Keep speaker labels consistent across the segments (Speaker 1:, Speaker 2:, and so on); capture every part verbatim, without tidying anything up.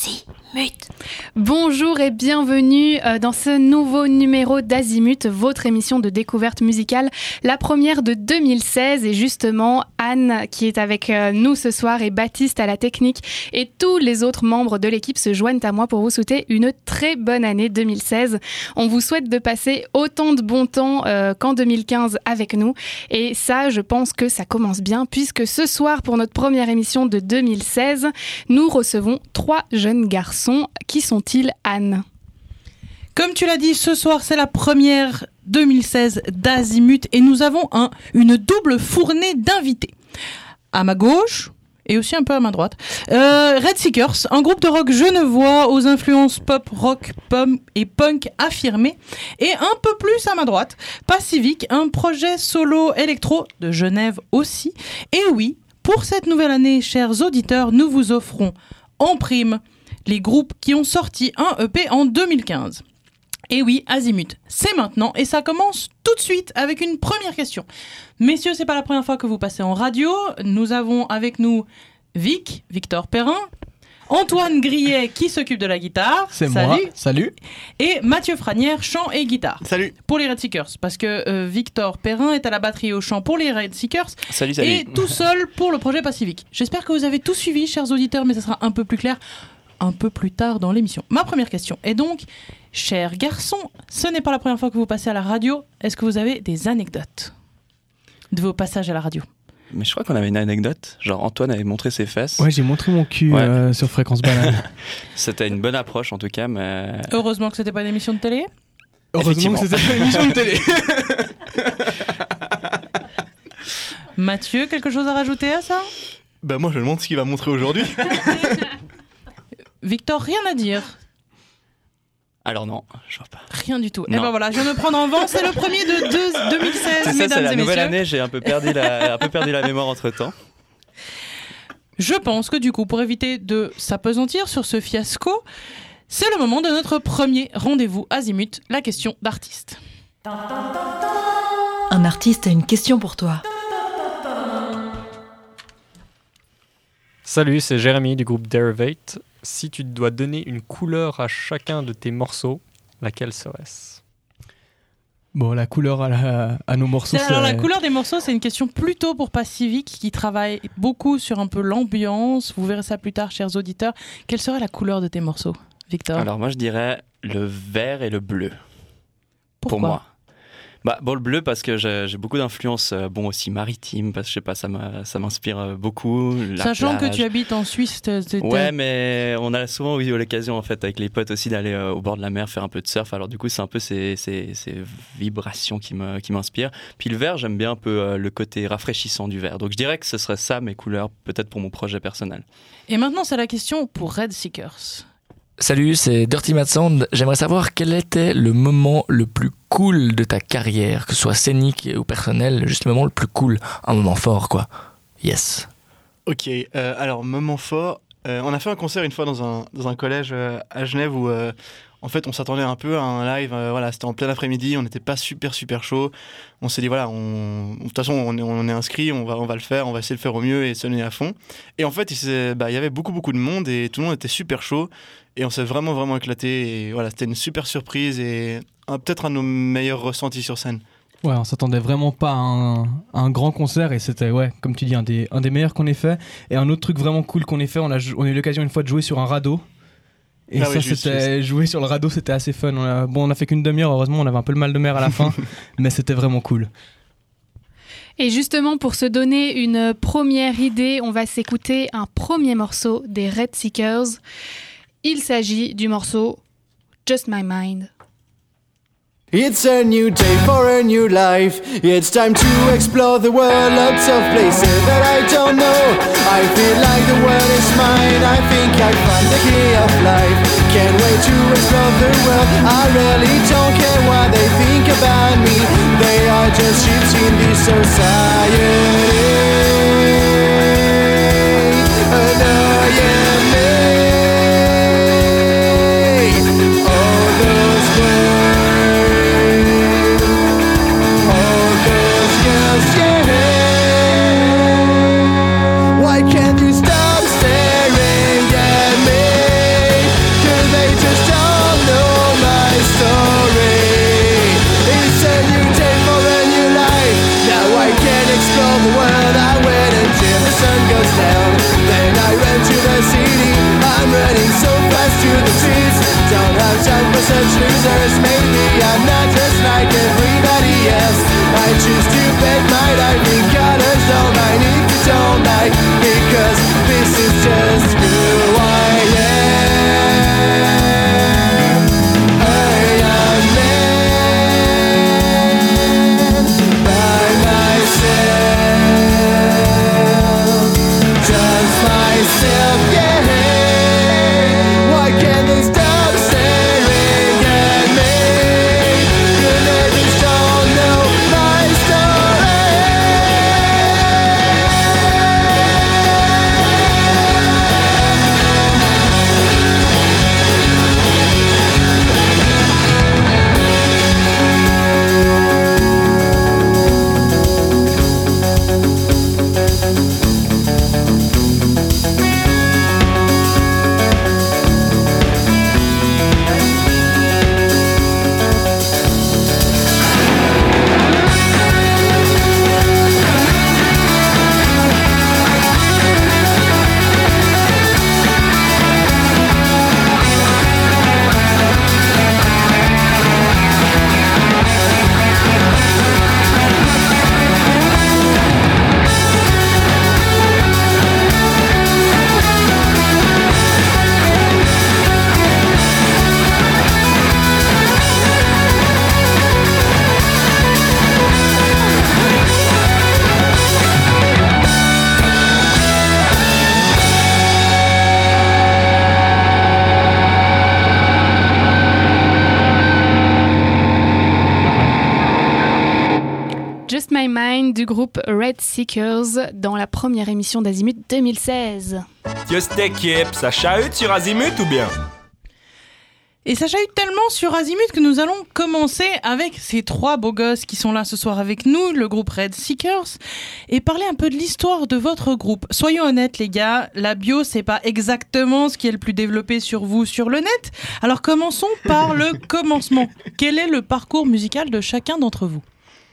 Speaker 1: Azimut. Bonjour et bienvenue dans ce nouveau numéro d'Azimut, votre émission de découverte musicale, la première de deux mille seize. Et justement, Anne qui est avec nous ce soir et Baptiste à la technique et tous les autres membres de l'équipe se joignent à moi pour vous souhaiter une très bonne année deux mille seize. On vous souhaite de passer autant de bon temps euh, qu'en deux mille quinze avec nous. Et ça, je pense que ça commence bien puisque ce soir, pour notre première émission de deux mille seize, nous recevons trois jeunes garçons. Qui sont-ils, Anne ?
Speaker 2: Comme tu l'as dit, ce soir, c'est la première deux mille seize d'Azimut et nous avons un, une double fournée d'invités. À ma gauche, et aussi un peu à ma droite, euh, Red Seekers, un groupe de rock genevois aux influences pop, rock, pop et punk affirmées. Et un peu plus à ma droite, Pacific, un projet solo électro de Genève aussi. Et oui, pour cette nouvelle année, chers auditeurs, nous vous offrons en prime les groupes qui ont sorti un E P en deux mille quinze. Et oui, Azimut, c'est maintenant et ça commence tout de suite avec une première question. Messieurs, c'est pas la première fois que vous passez en radio. Nous avons avec nous Vic, Victor Perrin, Antoine Grillet qui s'occupe de la guitare.
Speaker 3: C'est
Speaker 2: Salut.
Speaker 3: moi, salut.
Speaker 2: Et Mathieu Franière, chant et guitare.
Speaker 3: Salut.
Speaker 2: Pour les Red Seekers, parce que euh, Victor Perrin est à la batterie et au chant pour les Red Seekers.
Speaker 3: Salut, salut.
Speaker 2: Et tout seul pour le projet Pacific. J'espère que vous avez tout suivi, chers auditeurs, mais ça sera un peu plus clair un peu plus tard dans l'émission. Ma première question est donc, chers garçons, ce n'est pas la première fois que vous passez à la radio. Est-ce que vous avez des anecdotes de vos passages à la radio ?
Speaker 4: Mais je crois qu'on avait une anecdote. Genre Antoine avait montré ses fesses.
Speaker 3: Ouais, j'ai montré mon cul
Speaker 4: ouais.
Speaker 3: euh, sur Fréquence Banane.
Speaker 4: C'était une bonne approche en tout cas, mais...
Speaker 2: Heureusement que c'était pas une émission de télé.
Speaker 3: Heureusement que c'était pas une émission de télé.
Speaker 2: Mathieu, quelque chose à rajouter à ça ?
Speaker 5: Bah moi je me demande ce qu'il va montrer aujourd'hui.
Speaker 2: Victor, rien à dire.
Speaker 4: Alors non, je vois pas.
Speaker 2: Rien du tout.
Speaker 4: Non.
Speaker 2: Et ben voilà, je viens de prendre en vent. C'est le premier de deux, deux mille seize,
Speaker 4: c'est ça,
Speaker 2: mesdames
Speaker 4: c'est la
Speaker 2: et
Speaker 4: nouvelle
Speaker 2: messieurs.
Speaker 4: année, j'ai un peu perdu la, un peu perdu la mémoire entre temps.
Speaker 2: Je pense que du coup, pour éviter de s'apesantir sur ce fiasco, c'est le moment de notre premier rendez-vous Azimut, la question d'artiste.
Speaker 6: Un artiste a une question pour toi.
Speaker 7: Salut, c'est Jérémy du groupe Derivate. Si tu dois donner une couleur à chacun de tes morceaux, laquelle serait-ce ?
Speaker 3: Bon, la couleur à, la, à nos morceaux,
Speaker 2: c'est... Alors la couleur des morceaux, c'est une question plutôt pour Pacific, qui travaille beaucoup sur un peu l'ambiance. Vous verrez ça plus tard, chers auditeurs. Quelle serait la couleur de tes morceaux, Victor ?
Speaker 4: Alors moi je dirais le vert et le bleu.
Speaker 2: Pourquoi ?
Speaker 4: Pour moi. Bah, bon, le bleu parce que j'ai, j'ai beaucoup d'influence, euh, bon aussi maritime, parce que je sais pas, ça, m'a, ça m'inspire euh, beaucoup. La
Speaker 2: Sachant
Speaker 4: plage.
Speaker 2: que tu habites en Suisse. T'es, t'es...
Speaker 4: Ouais, mais on a souvent eu l'occasion en fait avec les potes aussi d'aller euh, au bord de la mer faire un peu de surf. Alors du coup, c'est un peu ces, ces, ces vibrations qui, me, qui m'inspirent. Puis le vert, j'aime bien un peu euh, le côté rafraîchissant du vert. Donc je dirais que ce serait ça mes couleurs, peut-être pour mon projet personnel.
Speaker 2: Et maintenant, c'est la question pour Red Seekers.
Speaker 8: Salut, c'est Dirty Mad Sound. J'aimerais savoir quel était le moment le plus cool de ta carrière, que ce soit scénique ou personnel, juste le moment le plus cool, un moment fort, quoi. Yes.
Speaker 5: Ok, euh, alors moment fort, euh, on a fait un concert une fois dans un, dans un collège euh, à Genève où euh, en fait on s'attendait un peu à un live, euh, voilà, c'était en plein après-midi, on n'était pas super super chaud, on s'est dit voilà, on, de toute façon on est, on est inscrit, on va, on va le faire, on va essayer de le faire au mieux et se donner à fond. Et en fait il, bah, il y avait beaucoup beaucoup de monde et tout le monde était super chaud et on s'est vraiment vraiment éclaté et voilà, c'était une super surprise et un, peut-être un de nos meilleurs ressentis sur scène.
Speaker 3: Ouais, on s'attendait vraiment pas à un, à un grand concert et c'était, ouais, comme tu dis, un des, un des meilleurs qu'on ait fait. Et un autre truc vraiment cool qu'on ait fait, on a, on a eu l'occasion une fois de jouer sur un radeau. Et
Speaker 5: ah
Speaker 3: ça,
Speaker 5: oui, juste,
Speaker 3: c'était
Speaker 5: juste.
Speaker 3: jouer sur le radeau, c'était assez fun. On a, bon, on a fait qu'une demi-heure, heureusement, on avait un peu le mal de mer à la fin, mais c'était vraiment cool.
Speaker 1: Et justement, pour se donner une première idée, on va s'écouter un premier morceau des Red Seekers. Il s'agit du morceau Just My Mind.
Speaker 9: It's a new day for a new life. It's time to explore the world, lots of places that I don't know. I feel like the world is mine. I think I found the key of life. Can't wait to explore the world. I really don't care what they think about me. They are just ships in this society. Annoying me. All those words, all those years, yeah. Why can't you stop staring at me? time for such losers. Maybe I'm not just like everybody else. I choose to bed my life in colors all I need to don't like, because this is just who I am. A young man by myself, just myself, yeah. Why can't they stop staring at me? You neighbors don't know my story.
Speaker 1: Just My Mind du groupe Red Seekers dans la première émission d'Azimut deux mille seize.
Speaker 10: Yo, cette équipe, ça chahute sur Azimut ou bien?
Speaker 2: Et ça chahute tellement sur Azimut que nous allons commencer avec ces trois beaux gosses qui sont là ce soir avec nous, le groupe Red Seekers, et parler un peu de l'histoire de votre groupe. Soyons honnêtes les gars, la bio c'est pas exactement ce qui est le plus développé sur vous sur le net. Alors commençons par le commencement. Quel est le parcours musical de chacun d'entre vous ?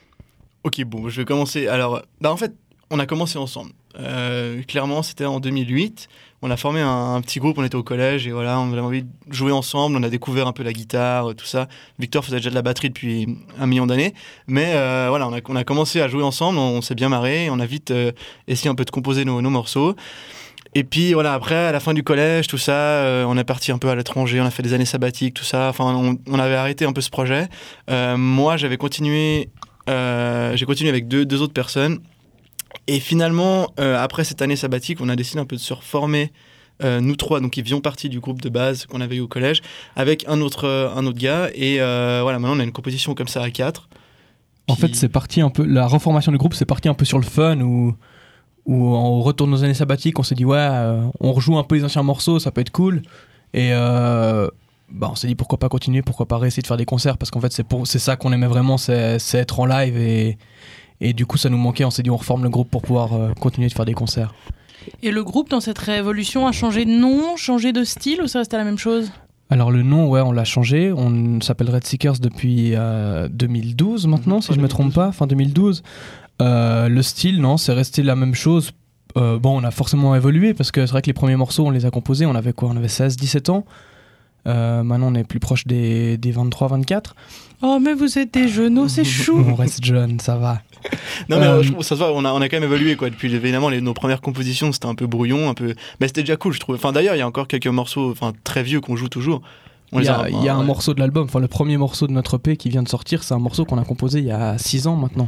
Speaker 5: Ok, bon, je vais commencer. Alors, bah en fait, on a commencé ensemble. Euh, clairement, c'était en deux mille huit. On a formé un, un petit groupe, on était au collège et voilà, on avait envie de jouer ensemble. On a découvert un peu la guitare, tout ça. Victor faisait déjà de la batterie depuis un million d'années. Mais euh, voilà, on a, on a commencé à jouer ensemble, on, on s'est bien marré. On a vite euh, essayé un peu de composer nos, nos morceaux. Et puis voilà, après, à la fin du collège, tout ça, euh, on est parti un peu à l'étranger, on a fait des années sabbatiques, tout ça. Enfin, on, on avait arrêté un peu ce projet. Euh, moi, j'avais continué... Euh, j'ai continué avec deux, deux autres personnes et finalement euh, après cette année sabbatique on a décidé un peu de se reformer euh, nous trois, donc qui faisions partie du groupe de base qu'on avait eu au collège avec un autre, euh, un autre gars et euh, voilà, maintenant on a une composition comme ça à quatre.
Speaker 3: En
Speaker 5: Puis...
Speaker 3: fait c'est parti un peu, la reformation du groupe c'est parti un peu sur le fun où, où on retourne nos années sabbatiques, on s'est dit ouais euh, on rejoue un peu les anciens morceaux, ça peut être cool et euh, bah on s'est dit pourquoi pas continuer, pourquoi pas réessayer de faire des concerts parce qu'en fait c'est, pour, c'est ça qu'on aimait vraiment, c'est, c'est être en live et, et du coup ça nous manquait, on s'est dit on reforme le groupe pour pouvoir euh, continuer de faire des concerts.
Speaker 2: Et le groupe dans cette révolution a changé de nom, changé de style ou ça restait la même chose ?
Speaker 3: Alors le nom ouais on l'a changé, on s'appelle Red Seekers depuis euh, deux mille douze maintenant mmh, si je me trompe pas, fin deux mille douze. Euh, le style non c'est resté la même chose. Euh, bon on a forcément évolué parce que c'est vrai que les premiers morceaux on les a composés, on avait quoi, on avait seize dix-sept ans. Euh, maintenant on est plus proche des, des vingt-trois vingt-quatre.
Speaker 2: Oh mais vous êtes des genoux, c'est chou.
Speaker 3: On reste jeune, ça va.
Speaker 5: Non mais
Speaker 3: euh,
Speaker 5: je trouve ça se voit, on a, on a quand même évolué quoi. Depuis évidemment les, nos premières compositions c'était un peu brouillon, un peu, mais c'était déjà cool je trouve. Enfin d'ailleurs il y a encore quelques morceaux, enfin très vieux qu'on joue toujours.
Speaker 3: Il y a, a, y a un ouais. morceau de l'album, enfin le premier morceau de notre E P qui vient de sortir, c'est un morceau qu'on a composé il y a six ans maintenant.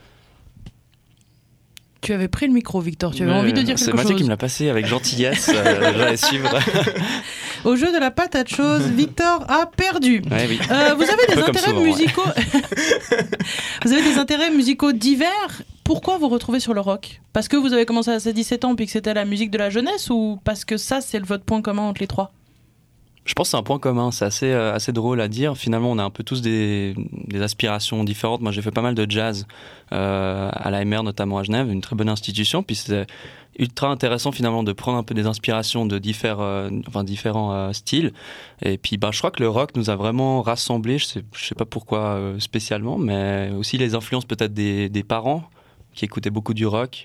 Speaker 2: Tu avais pris le micro, Victor. Tu avais euh, envie de dire quelque chose.
Speaker 4: C'est Mathieu qui me l'a passé avec gentillesse. euh, J'allais suivre.
Speaker 2: Au jeu de la patate chose, Victor a perdu.
Speaker 4: Ouais, oui.
Speaker 2: euh, vous avez des intérêts souvent, musicaux. Ouais. Vous avez des intérêts musicaux divers. Pourquoi vous retrouvez sur le rock ? Parce que vous avez commencé à ses dix-sept ans puis que c'était la musique de la jeunesse ou parce que ça c'est votre point commun entre les trois ?
Speaker 4: Je pense que c'est un point commun, c'est assez, euh, assez drôle à dire. Finalement, on a un peu tous des, des aspirations différentes. Moi, j'ai fait pas mal de jazz euh, à l'A M R, notamment à Genève, une très bonne institution. Puis c'est ultra intéressant finalement de prendre un peu des inspirations de diffère, euh, enfin, différents euh, styles. Et puis, bah, je crois que le rock nous a vraiment rassemblés. Je sais, je sais pas pourquoi euh, spécialement, mais aussi les influences peut-être des, des parents qui écoutaient beaucoup du rock.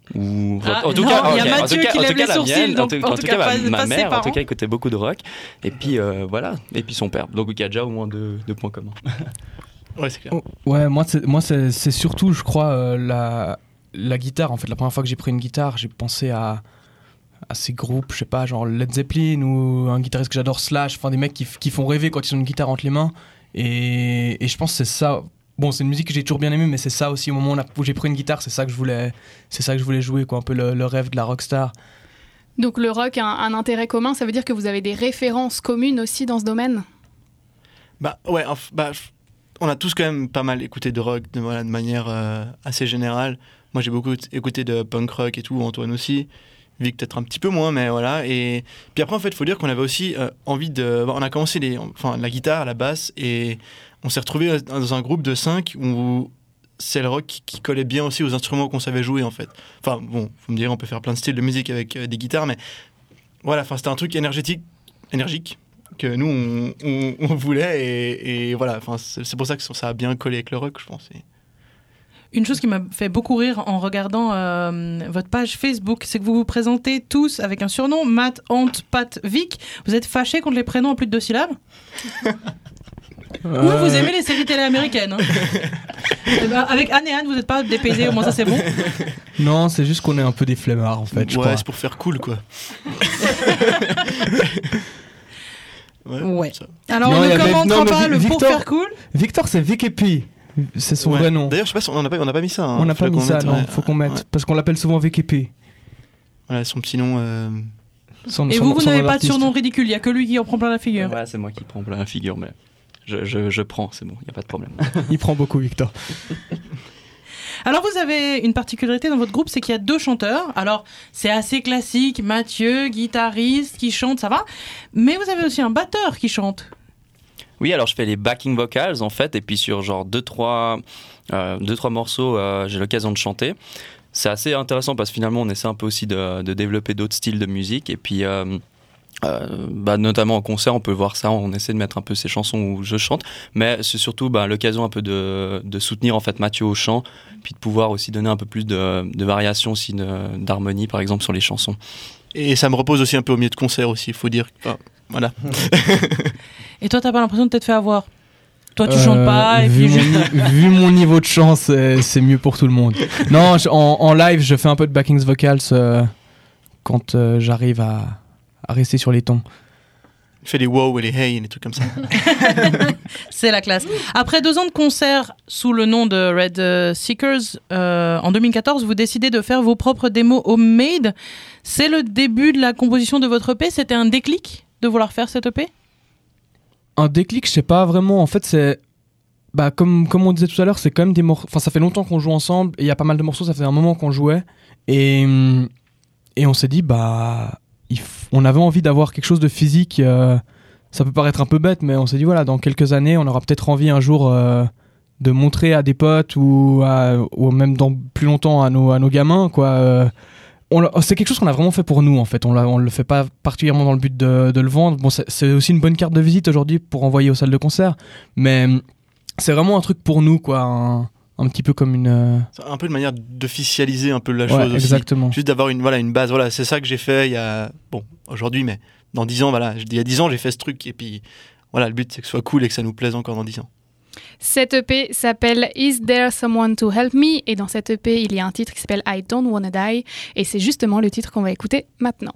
Speaker 4: Ou
Speaker 2: Ah,
Speaker 4: en tout
Speaker 2: non,
Speaker 4: cas,
Speaker 2: il y a
Speaker 4: ok, en
Speaker 2: Mathieu
Speaker 4: tout cas-
Speaker 2: qui
Speaker 4: en
Speaker 2: lève
Speaker 4: tout cas,
Speaker 2: les
Speaker 4: la
Speaker 2: sourcils,
Speaker 4: mienne,
Speaker 2: donc
Speaker 4: en tout,
Speaker 2: en
Speaker 4: en
Speaker 2: tout
Speaker 4: tout
Speaker 2: cas,
Speaker 4: cas,
Speaker 2: pas-
Speaker 4: ma, ma
Speaker 2: pas ses
Speaker 4: mère, en
Speaker 2: parents.
Speaker 4: tout cas, écoutait beaucoup de rock. Et puis euh, voilà. Et puis son père. Donc il y a déjà au moins deux, deux points communs.
Speaker 5: Ouais, c'est clair.
Speaker 3: Oh, ouais, moi, c'est, moi c'est, c'est surtout, je crois, euh, la, la guitare. En fait, la première fois que j'ai pris une guitare, j'ai pensé à, à ces groupes, je sais pas, genre Led Zeppelin ou un guitariste que j'adore, Slash, enfin des mecs qui, f- qui font rêver quand ils ont une guitare entre les mains. Et, et je pense que c'est ça. Bon, c'est une musique que j'ai toujours bien aimée, mais c'est ça aussi au moment où, on a- où j'ai pris une guitare, c'est ça que je voulais, c'est ça que je voulais jouer, quoi, un peu le, le rêve de la rockstar.
Speaker 1: Donc le rock a un, un intérêt commun, ça veut dire que vous avez des références communes aussi dans ce domaine?
Speaker 5: Bah ouais, enf- bah, f- on a tous quand même pas mal écouté de rock de, voilà, de manière euh, assez générale. Moi j'ai beaucoup t- écouté de punk rock et tout, Antoine aussi. Vic peut-être un petit peu moins, mais voilà. Et puis après en fait, il faut dire qu'on avait aussi euh, envie de... bah, on a commencé les, enfin, la guitare, la basse, et on s'est retrouvés dans un groupe de cinq où c'est le rock qui, qui collait bien aussi aux instruments qu'on savait jouer en fait. Enfin bon, vous me direz, on peut faire plein de styles de musique avec euh, des guitares, mais voilà, enfin c'était un truc énergétique, énergique que nous on, on, on voulait et, et voilà, enfin c'est, c'est pour ça que ça a bien collé avec le rock, je pense. Et...
Speaker 2: Une chose qui m'a fait beaucoup rire en regardant euh, votre page Facebook, c'est que vous vous présentez tous avec un surnom, Matt, Ant, Pat, Vic. Vous êtes fâchés contre les prénoms en plus de deux syllabes? Ou vous aimez les séries télé américaines, hein. Eh ben, avec Anne et Anne, vous n'êtes pas dépaysés, au moins ça c'est bon.
Speaker 3: Non, c'est juste qu'on est un peu des flemmards en fait, je
Speaker 5: ouais,
Speaker 3: crois.
Speaker 5: c'est pour faire cool quoi. ouais.
Speaker 2: Ouais.
Speaker 5: ça.
Speaker 2: Alors
Speaker 3: Non,
Speaker 2: on
Speaker 3: il y
Speaker 2: ne
Speaker 3: avait-
Speaker 2: commentera
Speaker 3: non, mais
Speaker 2: pas
Speaker 3: Vi-
Speaker 2: le pour
Speaker 3: Victor-
Speaker 2: faire cool.
Speaker 3: Victor, c'est Vic et P. C'est son
Speaker 5: Ouais.
Speaker 3: vrai nom.
Speaker 5: D'ailleurs, je sais pas si on n'a pas, on n'a pas mis ça. hein.
Speaker 3: On n'a pas
Speaker 5: Faudrait
Speaker 3: mis
Speaker 5: qu'on
Speaker 3: ça,
Speaker 5: mette,
Speaker 3: non,
Speaker 5: ouais.
Speaker 3: faut qu'on mette.
Speaker 5: Ouais.
Speaker 3: Parce qu'on l'appelle souvent Vic et P.
Speaker 5: Voilà, son petit nom. euh,
Speaker 3: Son-
Speaker 2: Et
Speaker 3: son-
Speaker 2: vous, vous
Speaker 3: son
Speaker 2: n'avez
Speaker 3: nom
Speaker 2: pas de
Speaker 3: d'artiste.
Speaker 2: surnom ridicule, il n'y a que lui qui en prend plein la figure.
Speaker 4: Ouais, c'est moi qui prends plein la figure, mais je, je, je prends, c'est bon, il n'y a pas de problème.
Speaker 3: Il prend beaucoup, Victor.
Speaker 2: Alors vous avez une particularité dans votre groupe, c'est qu'il y a deux chanteurs. Alors c'est assez classique, Mathieu, guitariste, qui chante, ça va. Mais vous avez aussi un batteur qui chante.
Speaker 4: Oui, alors je fais les backing vocals en fait, et puis sur genre deux trois euh, deux, trois morceaux, euh, j'ai l'occasion de chanter. C'est assez intéressant parce que finalement on essaie un peu aussi de, de développer d'autres styles de musique, et puis euh, euh, bah, notamment en concert on peut voir ça, on essaie de mettre un peu ces chansons où je chante, mais c'est surtout bah, l'occasion un peu de, de soutenir en fait Mathieu au chant, puis de pouvoir aussi donner un peu plus de, de variation aussi, de, d'harmonie par exemple sur les chansons.
Speaker 5: Et ça me repose aussi un peu au milieu de concert aussi, il faut dire. Enfin, voilà.
Speaker 2: Et toi, t'as pas l'impression de t'être fait avoir? Toi, tu
Speaker 3: Euh,
Speaker 2: chantes pas et
Speaker 3: vu,
Speaker 2: puis...
Speaker 3: mon ni- vu mon niveau de chant, c'est, c'est mieux pour tout le monde. Non, je- en, en live, je fais un peu de backings vocals euh, quand euh, j'arrive à, à rester sur les tons.
Speaker 5: Il fait les wow et les hey et des trucs comme ça.
Speaker 2: C'est la classe. Après deux ans de concerts sous le nom de Red euh, Seekers, euh, en deux mille quatorze, vous décidez de faire vos propres démos homemade. C'est le début de la composition de votre E P. C'était un déclic de vouloir faire cette E P?
Speaker 3: Un déclic, je sais pas vraiment. En fait, c'est. Bah, comme, comme on disait tout à l'heure, c'est quand même des morceaux. Enfin, ça fait longtemps qu'on joue ensemble et il y a pas mal de morceaux, ça faisait un moment qu'on jouait. Et, hum, et on s'est dit, bah. il f- On avait envie d'avoir quelque chose de physique. euh, ça peut paraître un peu bête, mais on s'est dit, voilà, dans quelques années, on aura peut-être envie un jour euh, de montrer à des potes ou, à- ou même dans plus longtemps à nos, à nos gamins, quoi. euh, on l'a- c'est quelque chose qu'on a vraiment fait pour nous en fait, on, l'a, on le fait pas particulièrement dans le but de, de le vendre. Bon, c'est, c'est aussi une bonne carte de visite aujourd'hui pour envoyer aux salles de concert, mais hum, c'est vraiment un truc pour nous, quoi, un, un petit peu comme une... euh,
Speaker 5: C'est un peu une manière d'officialiser un peu la
Speaker 3: ouais,
Speaker 5: chose aussi.
Speaker 3: exactement.
Speaker 5: Juste d'avoir une, voilà, une base. Voilà, c'est ça que j'ai fait il y a. Bon, aujourd'hui, mais dans dix ans, voilà. Il y a dix ans, j'ai fait ce truc. Et puis, voilà, le but, c'est que ce soit cool et que ça nous plaise encore dans dix ans.
Speaker 1: Cette E P s'appelle Is There Someone to Help Me? Et dans cette E P, il y a un titre qui s'appelle I Don't Wanna Die. Et c'est justement le titre qu'on va écouter maintenant.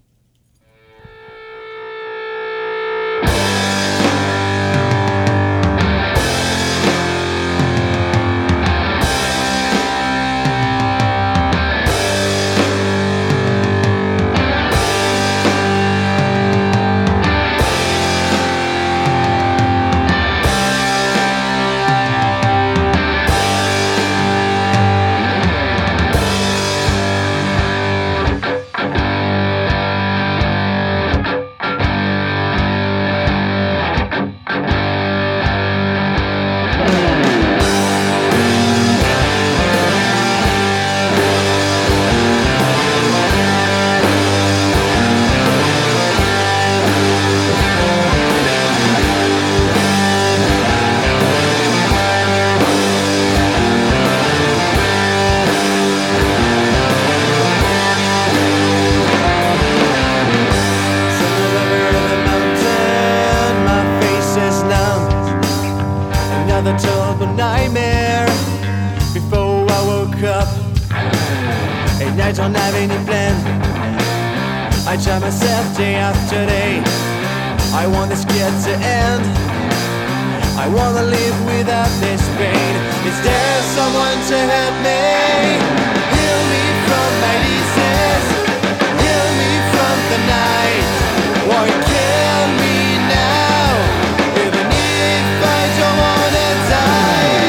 Speaker 9: I don't have any plan. I try myself day after day. I want this kid to end. I wanna live without this pain. Is there someone to help me? Heal me from my disease. Heal me from the night. Why kill me now? Even if I don't wanna die.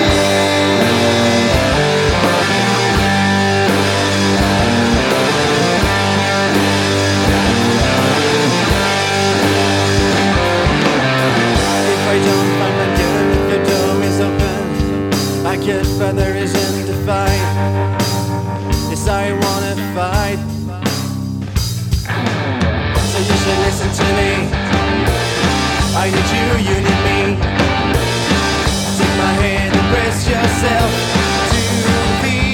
Speaker 9: If I don't find my girl, if the door is open, I can't find the reason to fight. Yes, I wanna fight. So you should listen to me. I need you, you need me. Take my hand and brace yourself to the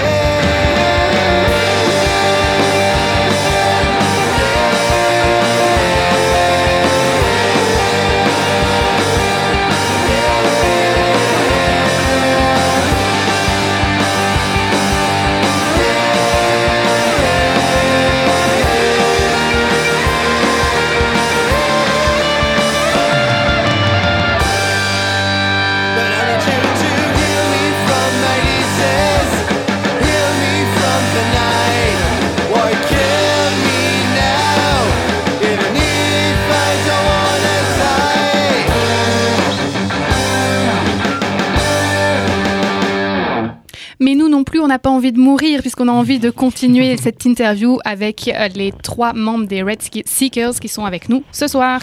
Speaker 1: Mais nous non plus, on n'a pas envie de mourir puisqu'on a envie de continuer cette interview avec euh, les trois membres des Red Seekers qui sont avec nous ce soir.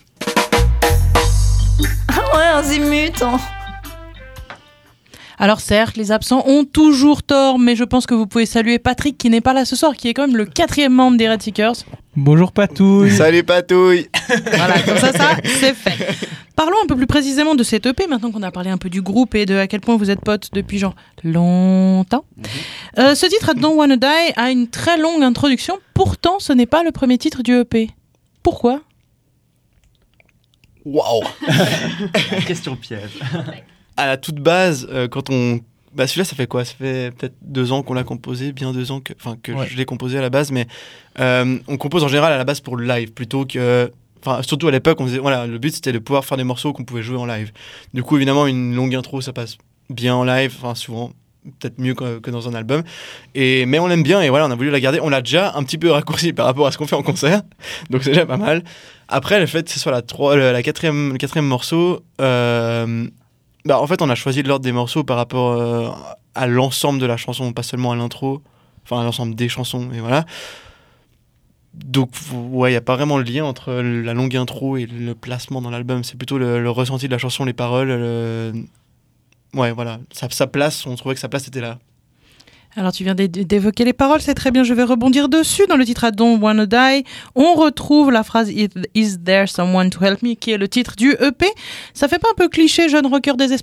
Speaker 6: Ah ouais, Azimut hein.
Speaker 2: Alors certes, les absents ont toujours tort, mais je pense que vous pouvez saluer Patrick qui n'est pas là ce soir, qui est quand même le quatrième membre des Red Seekers.
Speaker 3: Bonjour Patouille.
Speaker 5: Salut Patouille.
Speaker 2: Voilà, comme ça, ça, c'est fait. Parlons un peu plus précisément de cette E P, maintenant qu'on a parlé un peu du groupe et de à quel point vous êtes potes depuis genre longtemps. Mm-hmm. Euh, ce titre, Don't Wanna Die, a une très longue introduction, pourtant ce n'est pas le premier titre du E P. Pourquoi ?
Speaker 5: Waouh.
Speaker 4: Question piège.
Speaker 5: À la toute base, euh, quand on... Bah celui-là, ça fait quoi ? Ça fait peut-être deux ans qu'on l'a composé, bien deux ans que, enfin, que ouais. je l'ai composé à la base, mais euh, on compose en général à la base pour le live, plutôt que... Enfin, surtout à l'époque, on faisait, voilà, le but c'était de pouvoir faire des morceaux qu'on pouvait jouer en live. Du coup, évidemment, une longue intro, ça passe bien en live, enfin souvent, peut-être mieux que, que dans un album. Et, mais on l'aime bien et voilà, on a voulu la garder. On l'a déjà un petit peu raccourci par rapport à ce qu'on fait en concert, donc c'est déjà pas mal. Après, le fait que ce soit la, trois, la quatrième, le quatrième morceau... Euh, Bah, en fait, on a choisi de l'ordre des morceaux par rapport euh, à l'ensemble de la chanson, pas seulement à l'intro, enfin à l'ensemble des chansons, et voilà. Donc, ouais, il n'y a pas vraiment le lien entre la longue intro et le placement dans l'album. C'est plutôt le, le ressenti de la chanson, les paroles. Le... Ouais, voilà. Sa, sa place, on trouvait que sa place était là.
Speaker 2: Alors tu viens d'évoquer les paroles, c'est très bien, je vais rebondir dessus. Dans le titre I Don't Wanna Die, on retrouve la phrase Is there someone to help me, qui est le titre du E P. Ça fait pas un peu cliché, jeune rocker désespéré ?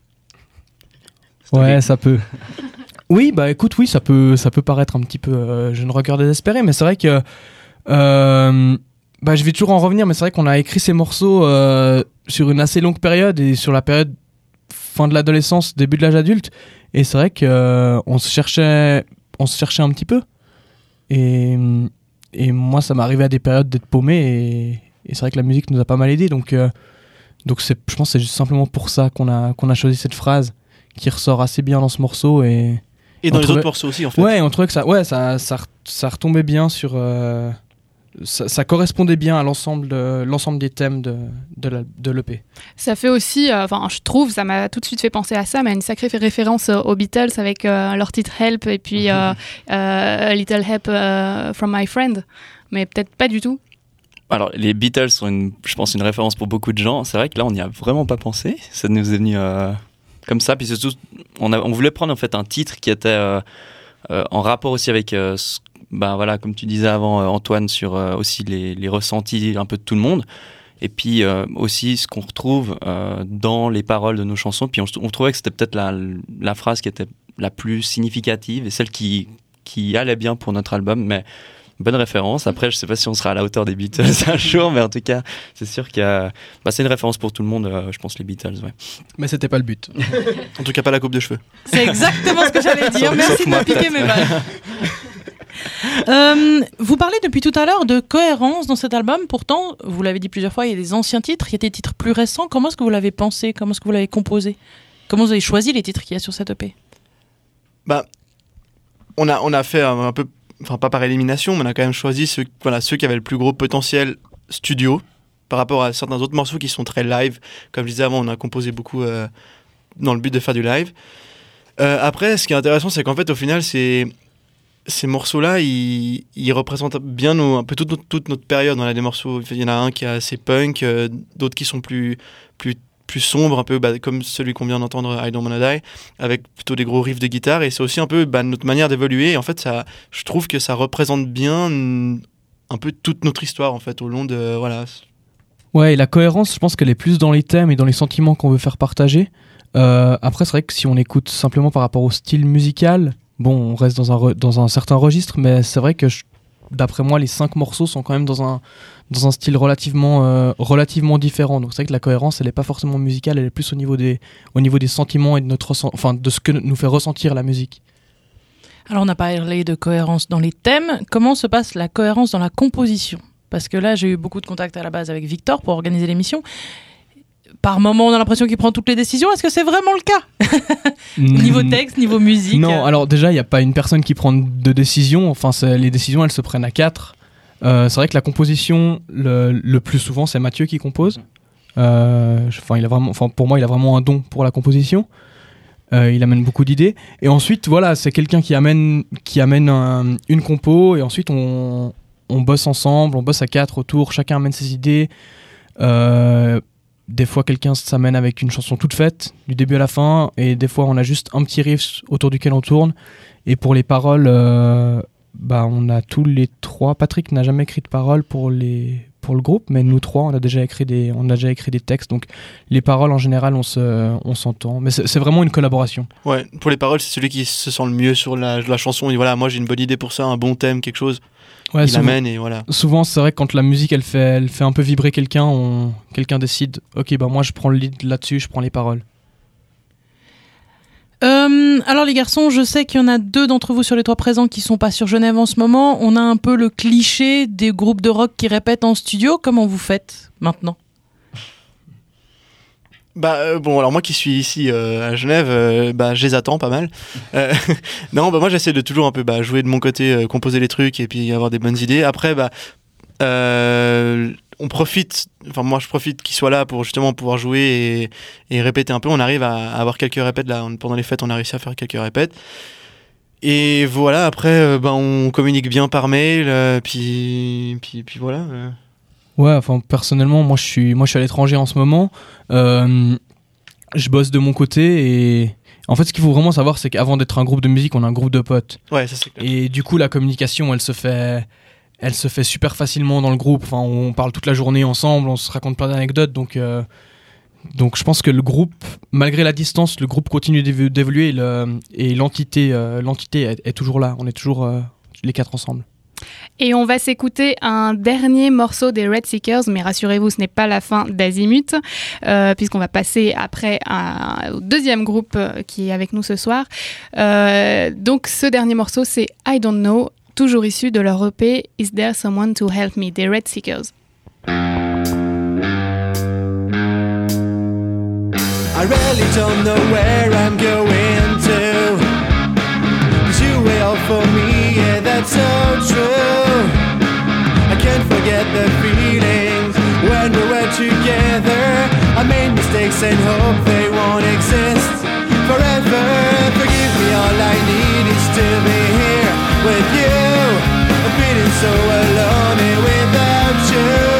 Speaker 3: Ouais, ça peut. Oui, bah écoute, oui, ça peut, ça peut paraître un petit peu euh, jeune rocker désespéré, mais c'est vrai que euh, bah, je vais toujours en revenir, mais c'est vrai qu'on a écrit ces morceaux euh, sur une assez longue période et sur la période fin de l'adolescence, début de l'âge adulte. Et c'est vrai qu'on euh, se cherchait, on se cherchait un petit peu. Et, et moi, ça m'est arrivé à des périodes d'être paumé. Et, et c'est vrai que la musique nous a pas mal aidés. Donc, euh, donc c'est, je pense que c'est juste simplement pour ça qu'on a, qu'on a choisi cette phrase qui ressort assez bien dans ce morceau. Et,
Speaker 5: et dans les
Speaker 3: trouvait...
Speaker 5: autres morceaux aussi, en fait.
Speaker 3: Ouais, on trouvait que ça, ouais, ça, ça, ça retombait bien sur... Euh, Ça, ça correspondait bien à l'ensemble, de, l'ensemble des thèmes de, de, la, de l'E P.
Speaker 1: Ça fait aussi, enfin, euh, je trouve, ça m'a tout de suite fait penser à ça, mais une sacrée référence euh, aux Beatles avec euh, leur titre Help et puis euh, euh, A Little Help uh, from My Friend, mais peut-être pas du tout.
Speaker 4: Alors, les Beatles sont, une, je pense, une référence pour beaucoup de gens. C'est vrai que là, on n'y a vraiment pas pensé. Ça nous est venu euh, comme ça. Puis surtout, on, a, on voulait prendre en fait un titre qui était euh, euh, en rapport aussi avec... Euh, Ben voilà, comme tu disais avant, euh, Antoine, sur euh, aussi les, les ressentis un peu de tout le monde. Et puis euh, aussi ce qu'on retrouve euh, dans les paroles de nos chansons. Puis on, on trouvait que c'était peut-être la, la phrase qui était la plus significative et celle qui, qui allait bien pour notre album. Mais bonne référence. Après, je ne sais pas si on sera à la hauteur des Beatles un jour, mais en tout cas, c'est sûr qu'il y a... bah, c'est une référence pour tout le monde, euh, je pense, les Beatles. Ouais.
Speaker 3: Mais c'était pas le but.
Speaker 5: En tout cas, pas la coupe de cheveux.
Speaker 2: C'est exactement ce que j'allais dire. Sauf, Merci sauf de me piquer mes balles. Euh, vous parlez depuis tout à l'heure de cohérence dans cet album. Pourtant, vous l'avez dit plusieurs fois, il y a des anciens titres, il y a des titres plus récents. Comment est-ce que vous l'avez pensé? Comment est-ce que vous l'avez composé? Comment vous avez choisi les titres qu'il y a sur cette E P?
Speaker 5: Bah, on a, on a fait un, un peu, enfin pas par élimination, mais on a quand même choisi ceux, voilà, ceux qui avaient le plus gros potentiel studio par rapport à certains autres morceaux qui sont très live. Comme je disais avant, on a composé beaucoup euh, dans le but de faire du live. Euh, après, ce qui est intéressant, c'est qu'en fait, au final, c'est... ces morceaux-là, ils, ils représentent bien nos, un peu toute notre, toute notre période. On a des morceaux, il y en a un qui est assez punk, euh, d'autres qui sont plus, plus, plus sombres, un peu bah, comme celui qu'on vient d'entendre, I Don't Wanna Die, avec plutôt des gros riffs de guitare. Et c'est aussi un peu bah, notre manière d'évoluer. Et en fait, ça, je trouve que ça représente bien un peu toute notre histoire, en fait, au long de... Voilà.
Speaker 3: Ouais, et la cohérence, je pense qu'elle est plus dans les thèmes et dans les sentiments qu'on veut faire partager. Euh, après, c'est vrai que si on écoute simplement par rapport au style musical... Bon, on reste dans un, re- dans un certain registre, mais c'est vrai que, je, d'après moi, les cinq morceaux sont quand même dans un, dans un style relativement, euh, relativement différent. Donc c'est vrai que la cohérence, elle n'est pas forcément musicale, elle est plus au niveau des, au niveau des sentiments et de, notre ressent- enfin, de ce que nous fait ressentir la musique.
Speaker 2: Alors on a parlé de cohérence dans les thèmes. Comment se passe la cohérence dans la composition? Parce que là, j'ai eu beaucoup de contacts à la base avec Victor pour organiser l'émission. Par moment, on a l'impression qu'il prend toutes les décisions. Est-ce que c'est vraiment le cas? Niveau texte, niveau musique?
Speaker 3: Non, alors déjà, il n'y a pas une personne qui prend de décision. Enfin, c'est, les décisions, elles se prennent à quatre. Euh, c'est vrai que la composition, le, le plus souvent, c'est Mathieu qui compose. Euh, enfin, il a vraiment, enfin, pour moi, il a vraiment un don pour la composition. Euh, il amène beaucoup d'idées. Et ensuite, voilà, c'est quelqu'un qui amène, qui amène un, une compo. Et ensuite, on, on bosse ensemble, on bosse à quatre autour. Chacun amène ses idées. Euh, Des fois, quelqu'un s'amène avec une chanson toute faite, du début à la fin, et des fois, on a juste un petit riff autour duquel on tourne. Et pour les paroles, euh, bah, on a tous les trois. Patrick n'a jamais écrit de paroles pour, les, pour le groupe, mais nous trois, on a déjà écrit des, on a déjà écrit des textes. Donc, les paroles, en général, on, se, on s'entend. Mais c'est, c'est vraiment une collaboration.
Speaker 5: Ouais, pour les paroles, c'est celui qui se sent le mieux sur la, la chanson. Il dit voilà, moi, j'ai une bonne idée pour ça, un bon thème, quelque chose.
Speaker 3: Ouais,
Speaker 5: il
Speaker 3: souvent,
Speaker 5: amène et voilà.
Speaker 3: Souvent, c'est vrai que quand la musique elle fait, elle fait un peu vibrer quelqu'un, on, quelqu'un décide ok, bah moi je prends le lead là-dessus, je prends les paroles.
Speaker 2: Euh, alors les garçons, je sais qu'il y en a deux d'entre vous sur les trois présents qui sont pas sur Genève en ce moment. On a un peu le cliché des groupes de rock qui répètent en studio. Comment vous faites maintenant?
Speaker 5: Bah euh, bon, alors moi qui suis ici euh, à Genève, euh, bah je les attends pas mal. Euh, non, bah moi j'essaie de toujours un peu bah, jouer de mon côté, euh, composer les trucs et puis avoir des bonnes idées. Après, bah euh, on profite, enfin moi je profite qu'ils soient là pour justement pouvoir jouer et, et répéter un peu. On arrive à, à avoir quelques répètes là. On, pendant les fêtes, on a réussi à faire quelques répètes. Et voilà, après, euh, bah, on communique bien par mail, euh, puis, puis, puis voilà. Euh.
Speaker 3: Ouais, enfin personnellement, moi je suis, moi je suis à l'étranger en ce moment. Euh, je bosse de mon côté et en fait, ce qu'il faut vraiment savoir, c'est qu'avant d'être un groupe de musique, on a un groupe de potes.
Speaker 5: Ouais, ça c'est clair.
Speaker 3: Et du coup, la communication, elle se fait, elle se fait super facilement dans le groupe. Enfin, on parle toute la journée ensemble, on se raconte plein d'anecdotes, donc. Euh, Donc je pense que le groupe, malgré la distance, le groupe continue d'évo- d'évoluer et, le, et l'entité, euh, l'entité est, est toujours là. On est toujours euh, les quatre ensemble.
Speaker 1: Et on va s'écouter un dernier morceau des Red Seekers, mais rassurez-vous, ce n'est pas la fin d'Azimut, euh, puisqu'on va passer après à, au deuxième groupe qui est avec nous ce soir. Euh, donc ce dernier morceau, c'est I Don't Know, toujours issu de leur E P Is There Someone to Help Me, des Red Seekers.
Speaker 9: I really don't know where I'm going to, 'cause you were all for me, yeah, that's so true. I can't forget the feelings when we were together. I made mistakes and hope they won't exist forever. Forgive me, all I need is to be here with you. I'm feeling so alone and without you.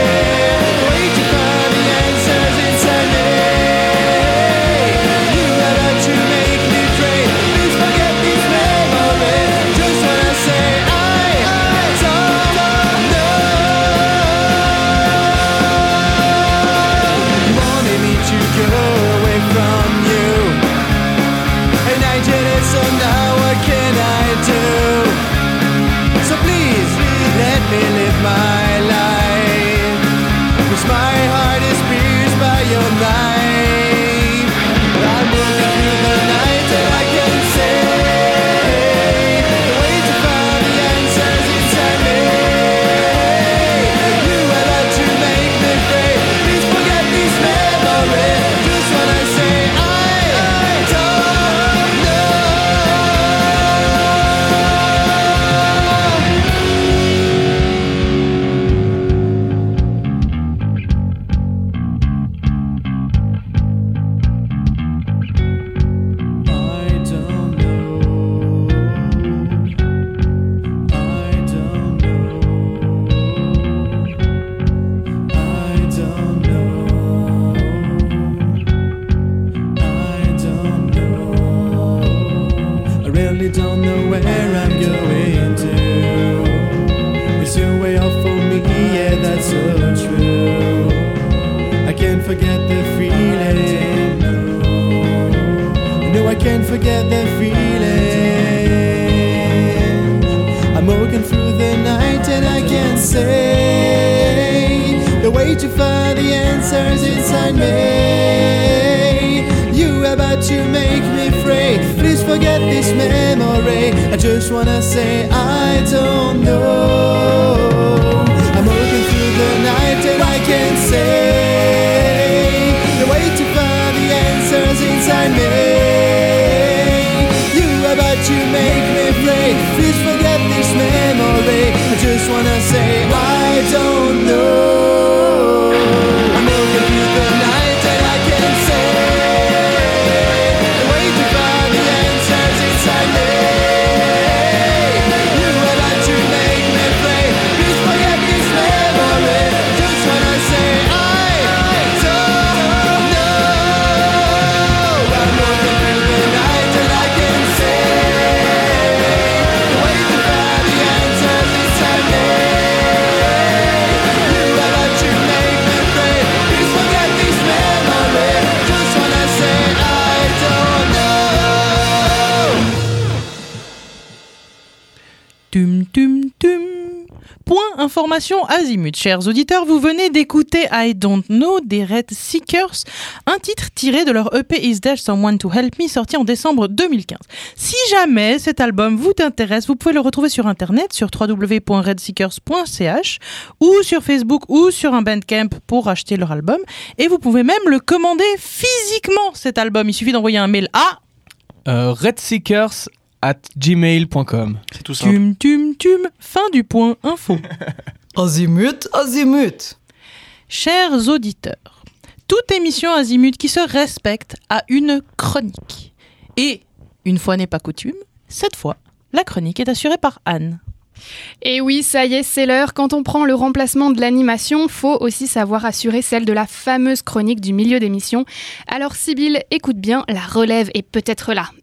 Speaker 9: You forget the feeling. I'm walking through the night and I can't say the way to find the answers inside me. You are about to make me afraid. Please forget this memory. I just wanna say I don't know. I'm walking through the night and I can't say the way to find the answers inside me. You are about to make me afraid. Please forget this memory. I just wanna say I don't know. I'm walking through the night and I can't say the way to find the answers inside me. You are about to make me afraid. Please forget this memory. Just wanna say I don't know. I'm walking through the night and I can't say the way to find the answers inside me. You are about to make me afraid. Please forget this memory. Just wanna say I don't know.
Speaker 2: Tum tum tum. Point information azimut. Chers auditeurs, vous venez d'écouter I Don't Know des Red Seekers, un titre tiré de leur E P Is There Someone to Help Me, sorti en décembre deux mille quinze. Si jamais cet album vous intéresse, vous pouvez le retrouver sur internet sur w w w point red seekers point c h ou sur Facebook ou sur un Bandcamp pour acheter leur album. Et vous pouvez même le commander physiquement, cet album. Il suffit d'envoyer un mail à
Speaker 3: Euh, redseekers at gmail point com.
Speaker 5: C'est tout simple.
Speaker 2: tum tum tum, fin du point info.
Speaker 6: Azimut, azimut.
Speaker 2: Chers auditeurs, toute émission Azimut qui se respecte a une chronique. Et, une fois n'est pas coutume, cette fois, la chronique est assurée par Anne.
Speaker 1: Et oui, ça y est, c'est l'heure. Quand on prend le remplacement de l'animation, faut aussi savoir assurer celle de la fameuse chronique du milieu d'émission. Alors Sybille, écoute bien, la relève est peut-être là.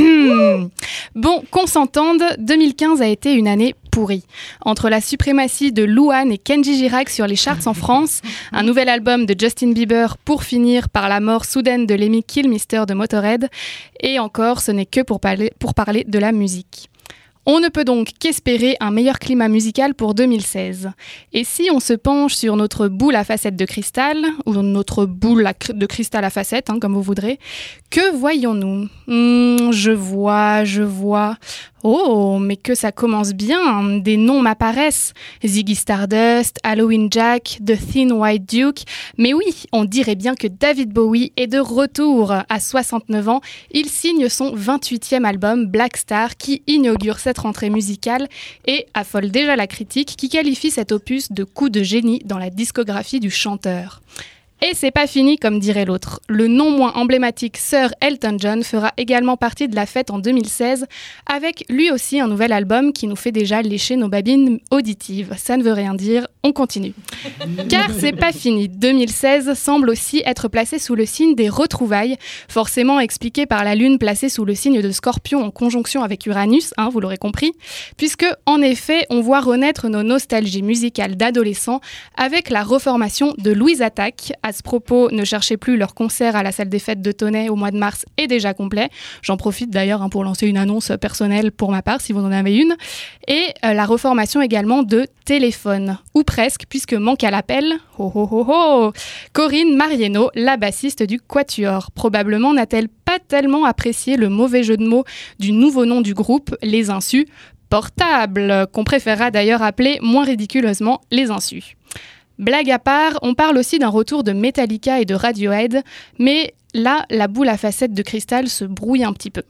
Speaker 1: Bon, qu'on s'entende, deux mille quinze a été une année pourrie. Entre la suprématie de Louane et Kenji Girac sur les charts en France, un nouvel album de Justin Bieber pour finir par la mort soudaine de Lemmy Kilmister de Motorhead, et encore, ce n'est que pour parler, pour parler de la musique. On ne peut donc qu'espérer un meilleur climat musical pour deux mille seize. Et si on se penche sur notre boule à facettes de cristal, ou notre boule à cr- de cristal à facettes, hein, comme vous voudrez, que voyons-nous ? hmm, Je vois, je vois... Oh, mais que ça commence bien, des noms m'apparaissent. Ziggy Stardust, Halloween Jack, The Thin White Duke. Mais oui, on dirait bien que David Bowie est de retour. À soixante-neuf ans, il signe son vingt-huitième album Black Star qui inaugure cette rentrée musicale et affole déjà la critique qui qualifie cet opus de coup de génie dans la discographie du chanteur. Et c'est pas fini, comme dirait l'autre. Le non moins emblématique Sir Elton John fera également partie de la fête en deux mille seize, avec lui aussi un nouvel album qui nous fait déjà lécher nos babines auditives. Ça ne veut rien dire, on continue. Car c'est pas fini. deux mille seize semble aussi être placé sous le signe des retrouvailles, forcément expliqué par la Lune placée sous le signe de Scorpion en conjonction avec Uranus, hein, vous l'aurez compris, puisque en effet, on voit renaître nos nostalgies musicales d'adolescents avec la reformation de Louise Attaque. À ce propos, ne cherchez plus, leur concert à la salle des fêtes de Tonnet au mois de mars est déjà complet. J'en profite d'ailleurs hein, pour lancer une annonce personnelle pour ma part, si vous en avez une. Et euh, la reformation également de Téléphone, ou presque, puisque manque à l'appel, oh oh oh oh, Corinne Marieno, la bassiste du Quatuor. Probablement n'a-t-elle pas tellement apprécié le mauvais jeu de mots du nouveau nom du groupe, Les Insus, portable, qu'on préférera d'ailleurs appeler moins ridiculeusement Les Insus. Blague à part, on parle aussi d'un retour de Metallica et de Radiohead, mais là, la boule à facettes de cristal se brouille un petit peu.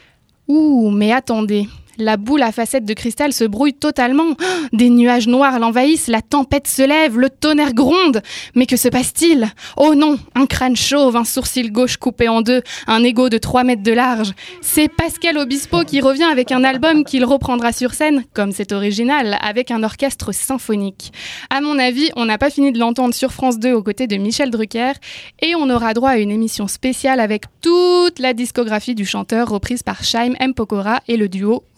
Speaker 1: Ouh, mais attendez, la boule à facettes de cristal se brouille totalement. Des nuages noirs l'envahissent, la tempête se lève, le tonnerre gronde. Mais que se passe-t-il ? Oh non, un crâne chauve, un sourcil gauche coupé en deux, un égo de trois mètres de large. C'est Pascal Obispo qui revient avec un album qu'il reprendra sur scène, comme c'est original, avec un orchestre symphonique. À mon avis, on n'a pas fini de l'entendre sur France deux aux côtés de Michel Drucker, et on aura droit à une émission spéciale avec toute la discographie du chanteur reprise par Chaim M. Pokora et le duo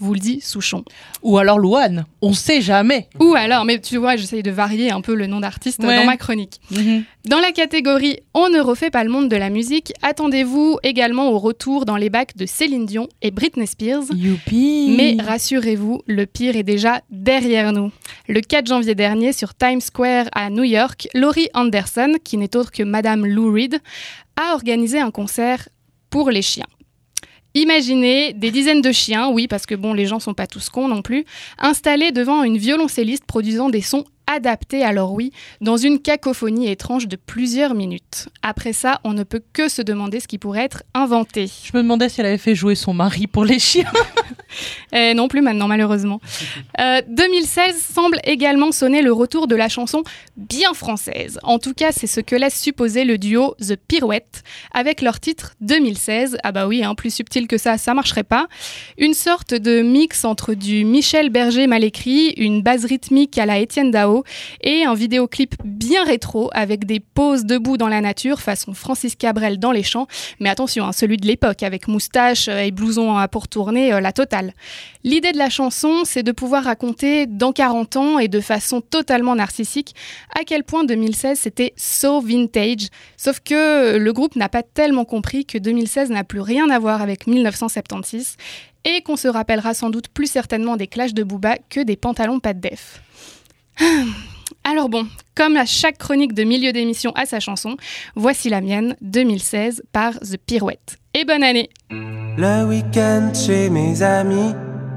Speaker 1: vous le dit Souchon.
Speaker 2: Ou alors Louane, on sait jamais.
Speaker 1: Ou alors, mais tu vois, j'essaye de varier un peu le nom d'artiste
Speaker 2: Ouais.
Speaker 1: dans ma chronique.
Speaker 2: Mmh.
Speaker 1: Dans la catégorie On ne refait pas le monde de la musique, attendez-vous également au retour dans les bacs de Céline Dion et Britney Spears.
Speaker 2: Youpi.
Speaker 1: Mais rassurez-vous, le pire est déjà derrière nous. Le quatre janvier dernier, sur Times Square à New York, Laurie Anderson, qui n'est autre que Madame Lou Reed, a organisé un concert pour les chiens. Imaginez des dizaines de chiens, oui, parce que bon, les gens sont pas tous cons non plus, installés devant une violoncelliste produisant des sons adaptés à leur ouïe, dans une cacophonie étrange de plusieurs minutes. Après ça, on ne peut que se demander ce qui pourrait être inventé.
Speaker 2: Je me demandais si elle avait fait jouer son mari pour les chiens.
Speaker 1: Eh, non plus maintenant, malheureusement. Euh, deux mille seize semble également sonner le retour de la chanson bien française. En tout cas, c'est ce que laisse supposer le duo The Pirouettes, avec leur titre deux mille seize. Ah bah oui, hein, plus subtil que ça, ça marcherait pas. Une sorte de mix entre du Michel Berger mal écrit, une base rythmique à la Étienne Dao, et un vidéoclip bien rétro avec des poses debout dans la nature façon Francis Cabrel dans les champs, mais attention, hein, celui de l'époque avec moustache et blouson à pour tourner, euh, la totale. L'idée de la chanson, c'est de pouvoir raconter dans quarante ans et de façon totalement narcissique à quel point deux mille seize c'était so vintage, sauf que le groupe n'a pas tellement compris que deux mille seize n'a plus rien à voir avec mille neuf cent soixante-seize et qu'on se rappellera sans doute plus certainement des clashs de Booba que des pantalons pas de def. Alors bon, comme à chaque chronique de milieu d'émission a sa chanson, voici la mienne, deux mille seize, par The Pirouettes. Et bonne année!
Speaker 11: Le week-end chez mes amis,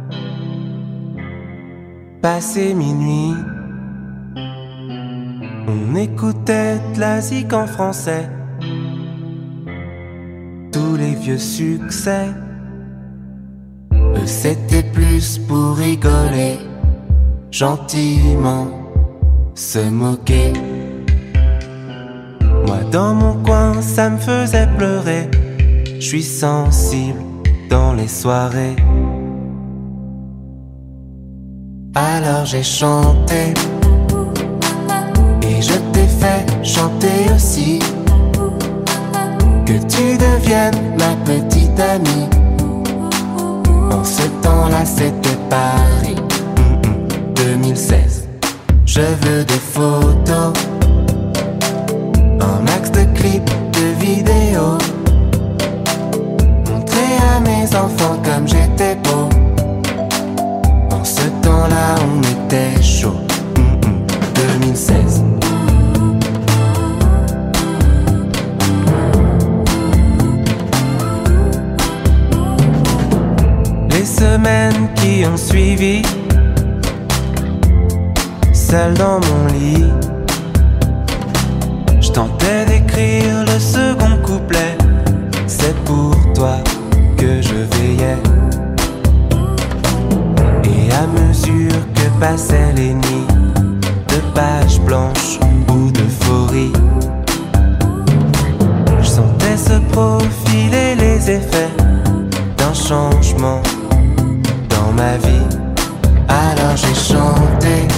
Speaker 11: passé minuit, on écoutait de la zik en français, tous les vieux succès. Eux c'était plus pour rigoler, gentiment se moquer. Moi dans mon coin ça me faisait pleurer, je suis sensible dans les soirées. Alors j'ai chanté et je t'ai fait chanter aussi, que tu deviennes ma petite amie. En ce temps-là c'était Paris, deux mille seize. Je veux des photos, un max de clips, de vidéos, montrer à mes enfants comme j'étais beau. En ce temps-là on était chaud, deux mille seize. Les semaines qui ont suivi, seul dans mon lit, je tentais d'écrire le second couplet. C'est pour toi que je veillais. Et à mesure que passaient les nuits, de pages blanches ou d'euphorie, je sentais se profiler les effets d'un changement dans ma vie. Alors j'ai chanté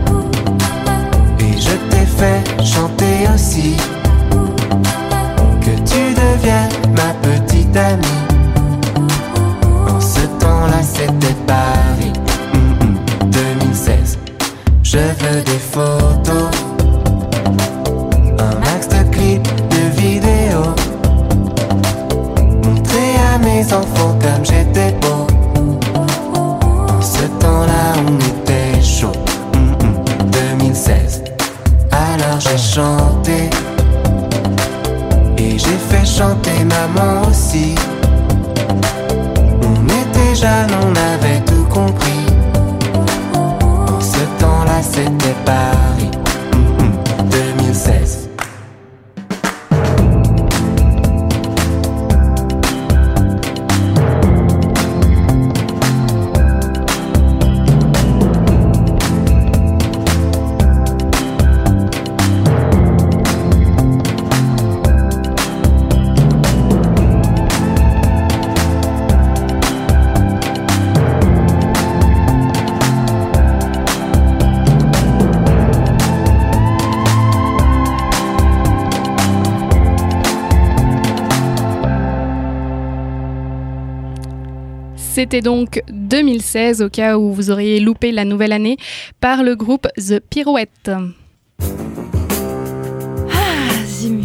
Speaker 11: et je t'ai fait chanter aussi, que tu deviennes ma petite amie. En ce temps-là c'était Paris, deux mille seize. Je veux des photos, un max de clips, de vidéos, montrer à mes enfants comme j'étais beau. En ce temps-là on était chaud, deux mille seize. Alors j'ai chanté et j'ai fait chanter maman aussi. On était jeunes, on avait tout compris. En ce temps-là c'était Paris, deux mille seize.
Speaker 1: C'était donc deux mille seize, au cas où vous auriez loupé la nouvelle année, par le groupe The Pirouette.
Speaker 2: Ah, zimut.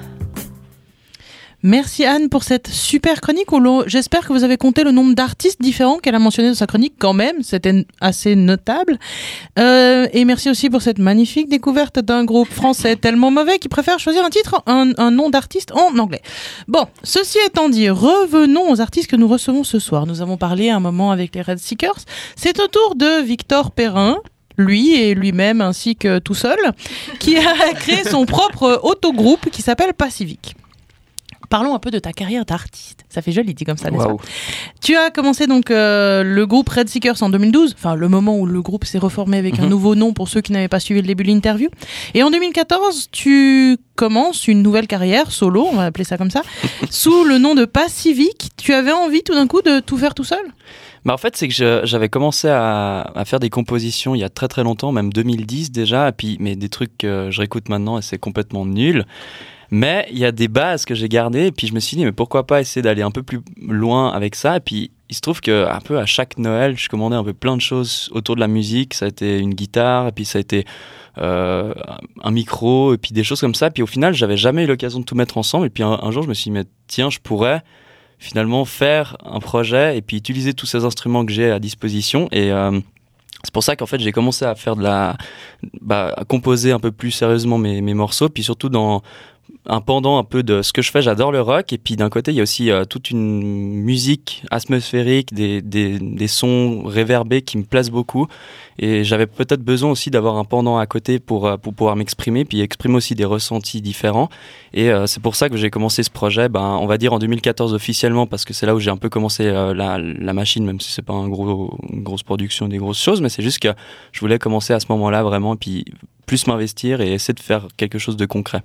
Speaker 2: Merci Anne pour cette super chronique où l'on... j'espère que vous avez compté le nombre d'artistes différents qu'elle a mentionné dans sa chronique quand même, c'était assez notable. Euh, et merci aussi pour cette magnifique découverte d'un groupe français tellement mauvais qui préfère choisir un titre, un, un nom d'artiste en anglais. Bon, ceci étant dit, revenons aux artistes que nous recevons ce soir. Nous avons parlé un moment avec les Red Seekers. C'est au tour de Victor Perrin, lui et lui-même ainsi que tout seul, qui a créé son propre autogroupe qui s'appelle Pacific. Parlons un peu de ta carrière d'artiste. Ça fait joli dit comme ça, n'est-ce
Speaker 4: Wow.
Speaker 2: pas ? Tu as commencé donc euh, le groupe Red Seekers en deux mille douze, enfin le moment où le groupe s'est reformé avec mm-hmm. un nouveau nom pour ceux qui n'avaient pas suivi le début de l'interview. Et en deux mille quatorze, tu commences une nouvelle carrière solo, on va appeler ça comme ça, sous le nom de Pacific. Tu avais envie tout d'un coup de tout faire tout seul ?
Speaker 4: Bah en fait, c'est que je, j'avais commencé à, à faire des compositions il y a très très longtemps, même deux mille dix déjà, et puis, mais des trucs que je réécoute maintenant et c'est complètement nul. Mais il y a des bases que j'ai gardées et puis je me suis dit mais pourquoi pas essayer d'aller un peu plus loin avec ça. Et puis il se trouve que un peu à chaque Noël je commandais un peu plein de choses autour de la musique. Ça a été une guitare et puis ça a été euh, un micro et puis des choses comme ça. Puis au final j'avais jamais eu l'occasion de tout mettre ensemble. Et puis un, un jour je me suis dit mais tiens, je pourrais finalement faire un projet et puis utiliser tous ces instruments que j'ai à disposition. Et euh, c'est pour ça qu'en fait j'ai commencé à faire de la bah, à composer un peu plus sérieusement mes, mes morceaux. Puis surtout dans un pendant un peu de ce que je fais, j'adore le rock et puis d'un côté il y a aussi euh, toute une musique atmosphérique, des, des, des sons réverbés qui me plaisent beaucoup et j'avais peut-être besoin aussi d'avoir un pendant à côté pour, pour pouvoir m'exprimer puis exprimer aussi des ressentis différents et euh, c'est pour ça que j'ai commencé ce projet, ben, on va dire en deux mille quatorze officiellement parce que c'est là où j'ai un peu commencé euh, la, la machine, même si c'est pas un gros, une grosse production, des grosses choses, mais c'est juste que je voulais commencer à ce moment-là vraiment et puis plus m'investir et essayer de faire quelque chose de concret.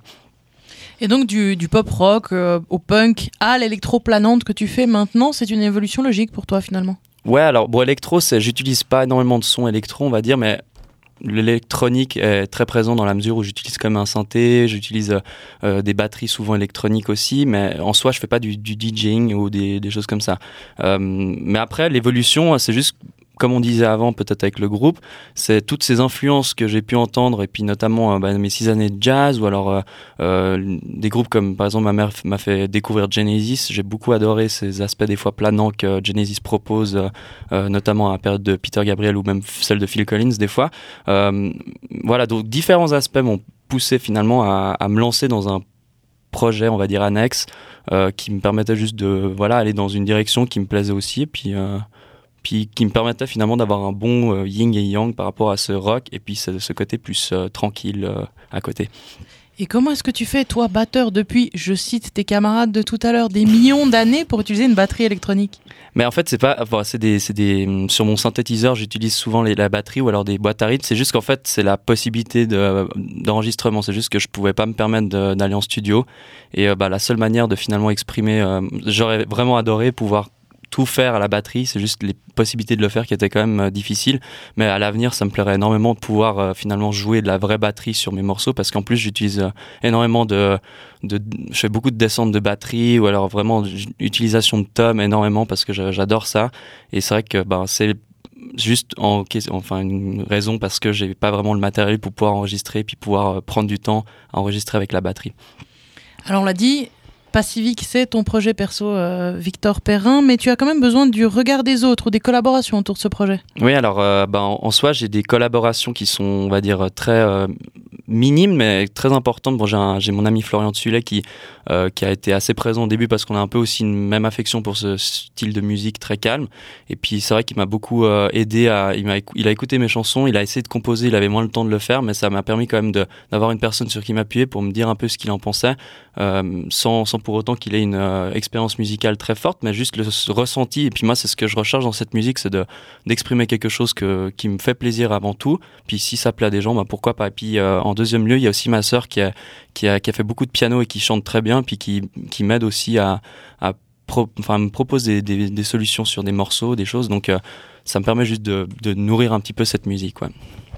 Speaker 2: Et donc du, du pop rock euh, au punk à l'électro-planante que tu fais maintenant, c'est une évolution logique pour toi finalement ?
Speaker 4: Ouais, alors bon, électro, c'est, j'utilise pas énormément de sons électro, on va dire, mais l'électronique est très présent dans la mesure où j'utilise quand même un synthé, j'utilise euh, des batteries souvent électroniques aussi, mais en soi, je fais pas du, du DJing ou des, des choses comme ça. Euh, mais après, l'évolution, c'est juste comme on disait avant, peut-être avec le groupe, c'est toutes ces influences que j'ai pu entendre, et puis notamment euh, bah, mes six années de jazz, ou alors euh, euh, des groupes comme, par exemple, ma mère m'a fait découvrir Genesis. J'ai beaucoup adoré ces aspects des fois planants que Genesis propose, euh, euh, notamment à la période de Peter Gabriel ou même celle de Phil Collins des fois. Euh, voilà, donc différents aspects m'ont poussé finalement à, à me lancer dans un projet, on va dire annexe, euh, qui me permettait juste de voilà aller dans une direction qui me plaisait aussi, et puis euh, puis qui me permettait finalement d'avoir un bon euh, yin et yang par rapport à ce rock et puis ce, ce côté plus euh, tranquille euh, à côté.
Speaker 2: Et comment est-ce que tu fais, toi, batteur, depuis, je cite tes camarades de tout à l'heure, des millions d'années pour utiliser une batterie électronique ?
Speaker 4: Mais en fait, c'est pas, enfin, c'est des, c'est des, sur mon synthétiseur, j'utilise souvent les, la batterie ou alors des boîtes à rythme. C'est juste qu'en fait, c'est la possibilité de, d'enregistrement. C'est juste que je pouvais pas me permettre de, d'aller en studio. Et euh, bah, la seule manière de finalement exprimer, euh, j'aurais vraiment adoré pouvoir tout faire à la batterie, c'est juste les possibilités de le faire qui étaient quand même euh, difficiles, mais à l'avenir ça me plairait énormément de pouvoir euh, finalement jouer de la vraie batterie sur mes morceaux, parce qu'en plus j'utilise euh, énormément de, de je fais beaucoup de descentes de batterie, ou alors vraiment utilisation de toms énormément, parce que j'adore ça, et c'est vrai que bah, c'est juste en, enfin une raison parce que j'ai pas vraiment le matériel pour pouvoir enregistrer, puis pouvoir euh, prendre du temps à enregistrer avec la batterie.
Speaker 2: Alors on l'a dit, Pacific, c'est ton projet perso, euh, Victor Perrin, mais tu as quand même besoin du regard des autres ou des collaborations autour de ce projet.
Speaker 4: Oui, alors euh, bah, en, en soi, j'ai des collaborations qui sont, on va dire, très euh, minimes, mais très importantes. Bon, j'ai, un, j'ai mon ami Florian Tsulet qui, euh, qui a été assez présent au début parce qu'on a un peu aussi une même affection pour ce style de musique très calme. Et puis c'est vrai qu'il m'a beaucoup euh, aidé à, il, m'a, il a écouté mes chansons, il a essayé de composer, il avait moins le temps de le faire, mais ça m'a permis quand même de, d'avoir une personne sur qui m'appuyer pour me dire un peu ce qu'il en pensait, euh, sans, sans pour autant qu'il ait une euh, expérience musicale très forte, mais juste le ressenti. Et puis moi, c'est ce que je recherche dans cette musique, c'est de, d'exprimer quelque chose que, qui me fait plaisir avant tout. Puis si ça plaît à des gens, bah, pourquoi pas. Et puis euh, en deuxième lieu, il y a aussi ma sœur qui a, qui, a, qui a fait beaucoup de piano et qui chante très bien, puis qui, qui m'aide aussi à, à pro, enfin, me propose des, des, des solutions sur des morceaux, des choses. Donc euh, ça me permet juste de, de nourrir un petit peu cette musique, ouais.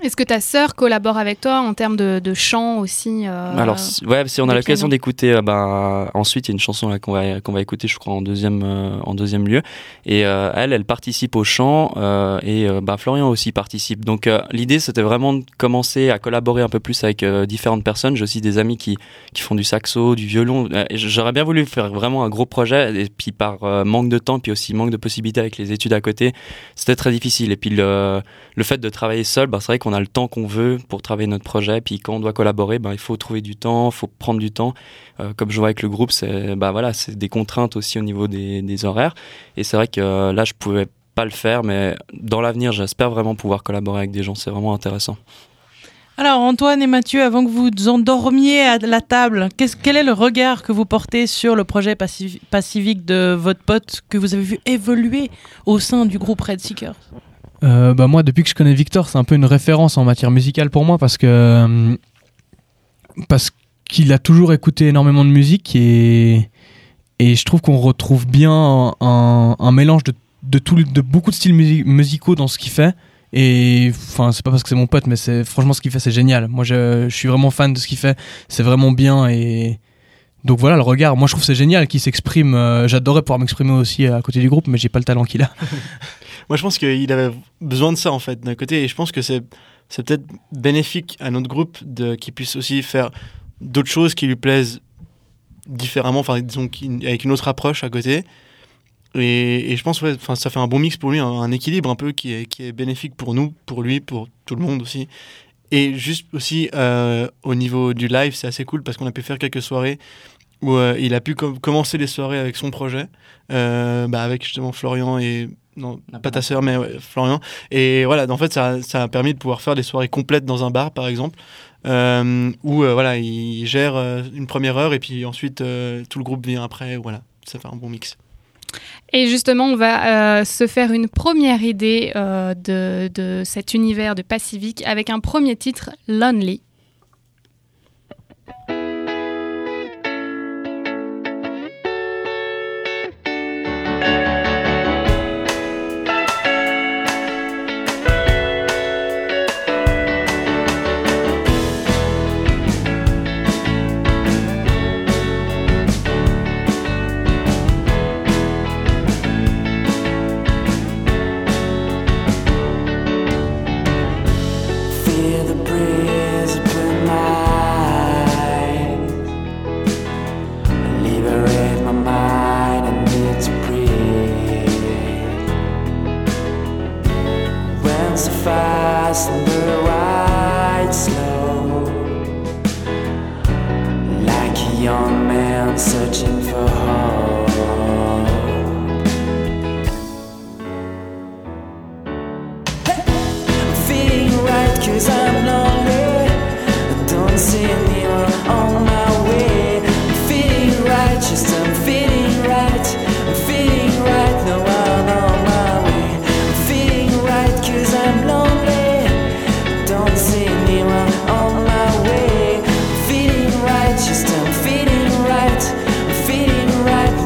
Speaker 1: Est-ce que ta sœur collabore avec toi en termes de, de chant aussi euh,
Speaker 4: Alors, si, ouais, si on a
Speaker 1: de
Speaker 4: l'occasion
Speaker 1: piano.
Speaker 4: d'écouter, euh, bah, ensuite, il y a une chanson là, qu'on, va, qu'on va écouter, je crois, en deuxième, euh, en deuxième lieu. Et euh, elle, elle participe au chant euh, et euh, bah, Florian aussi participe. Donc, euh, l'idée, c'était vraiment de commencer à collaborer un peu plus avec euh, différentes personnes. J'ai aussi des amis qui, qui font du saxo, du violon. Euh, et j'aurais bien voulu faire vraiment un gros projet. Et puis, par euh, manque de temps, puis aussi manque de possibilités avec les études à côté, c'était très difficile. Et puis, le, le fait de travailler seul, bah, c'est vrai qu'on a le temps qu'on veut pour travailler notre projet. Puis quand on doit collaborer, bah, il faut trouver du temps, il faut prendre du temps. Euh, comme je vois avec le groupe, c'est, bah, voilà, c'est des contraintes aussi au niveau des, des horaires. Et c'est vrai que euh, là, je pouvais pas le faire, mais dans l'avenir, j'espère vraiment pouvoir collaborer avec des gens. C'est vraiment intéressant.
Speaker 2: Alors Antoine et Mathieu, avant que vous vous endormiez à la table, qu'est-ce, quel est le regard que vous portez sur le projet Pacific, Pacific de votre pote que vous avez vu évoluer au sein du groupe Red Seekers ?
Speaker 3: Euh, bah moi, depuis que je connais Victor, c'est un peu une référence en matière musicale pour moi parce que euh, parce qu'il a toujours écouté énormément de musique et et je trouve qu'on retrouve bien un, un mélange de de, tout, de beaucoup de styles musi- musicaux dans ce qu'il fait. Et enfin, c'est pas parce que c'est mon pote, mais c'est franchement ce qu'il fait, c'est génial. Moi, je, je suis vraiment fan de ce qu'il fait. C'est vraiment bien et donc voilà le regard. Moi, je trouve que c'est génial qu'il s'exprime. Euh, j'adorais pouvoir m'exprimer aussi à côté du groupe, mais j'ai pas le talent qu'il a.
Speaker 5: Moi, je pense qu'il avait besoin de ça, en fait, d'un côté. Et je pense que c'est, c'est peut-être bénéfique à notre groupe de, qu'il puisse aussi faire d'autres choses qui lui plaisent différemment, enfin, disons, avec une autre approche à côté. Et, et je pense que ouais, ça fait un bon mix pour lui, un, un équilibre un peu qui est, qui est bénéfique pour nous, pour lui, pour tout le monde aussi. Et juste aussi, euh, au niveau du live, c'est assez cool parce qu'on a pu faire quelques soirées où euh, il a pu com- commencer les soirées avec son projet, euh, bah, avec justement Florian et... Non, pas ta sœur, mais ouais, Florian. Et voilà, en fait, ça, ça a permis de pouvoir faire des soirées complètes dans un bar, par exemple, euh, où euh, voilà, il gère euh, une première heure et puis ensuite euh, tout le groupe vient après. Voilà, ça fait un bon mix.
Speaker 1: Et justement, on va euh, se faire une première idée euh, de, de cet univers de Pacific avec un premier titre, Lonely.
Speaker 11: Right,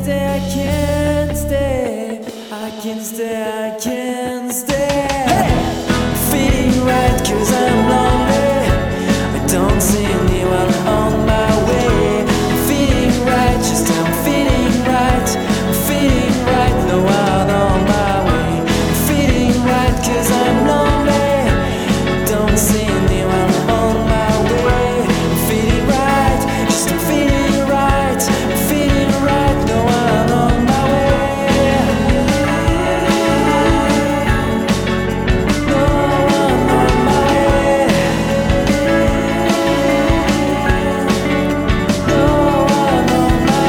Speaker 12: stay, I can stay. I can stay, I can stay. Hey! Feeling right, cause I'm lonely. I don't see anyone on my way. I'm feeling right, just I'm feeling right. I'm feeling right, no one on my way. I'm feeling right, cause I'm lonely. I don't see anyone on my way. I'm feeling right, just I'm feeling right. I'm feeling right, no one on my way. No one on my way. No one on my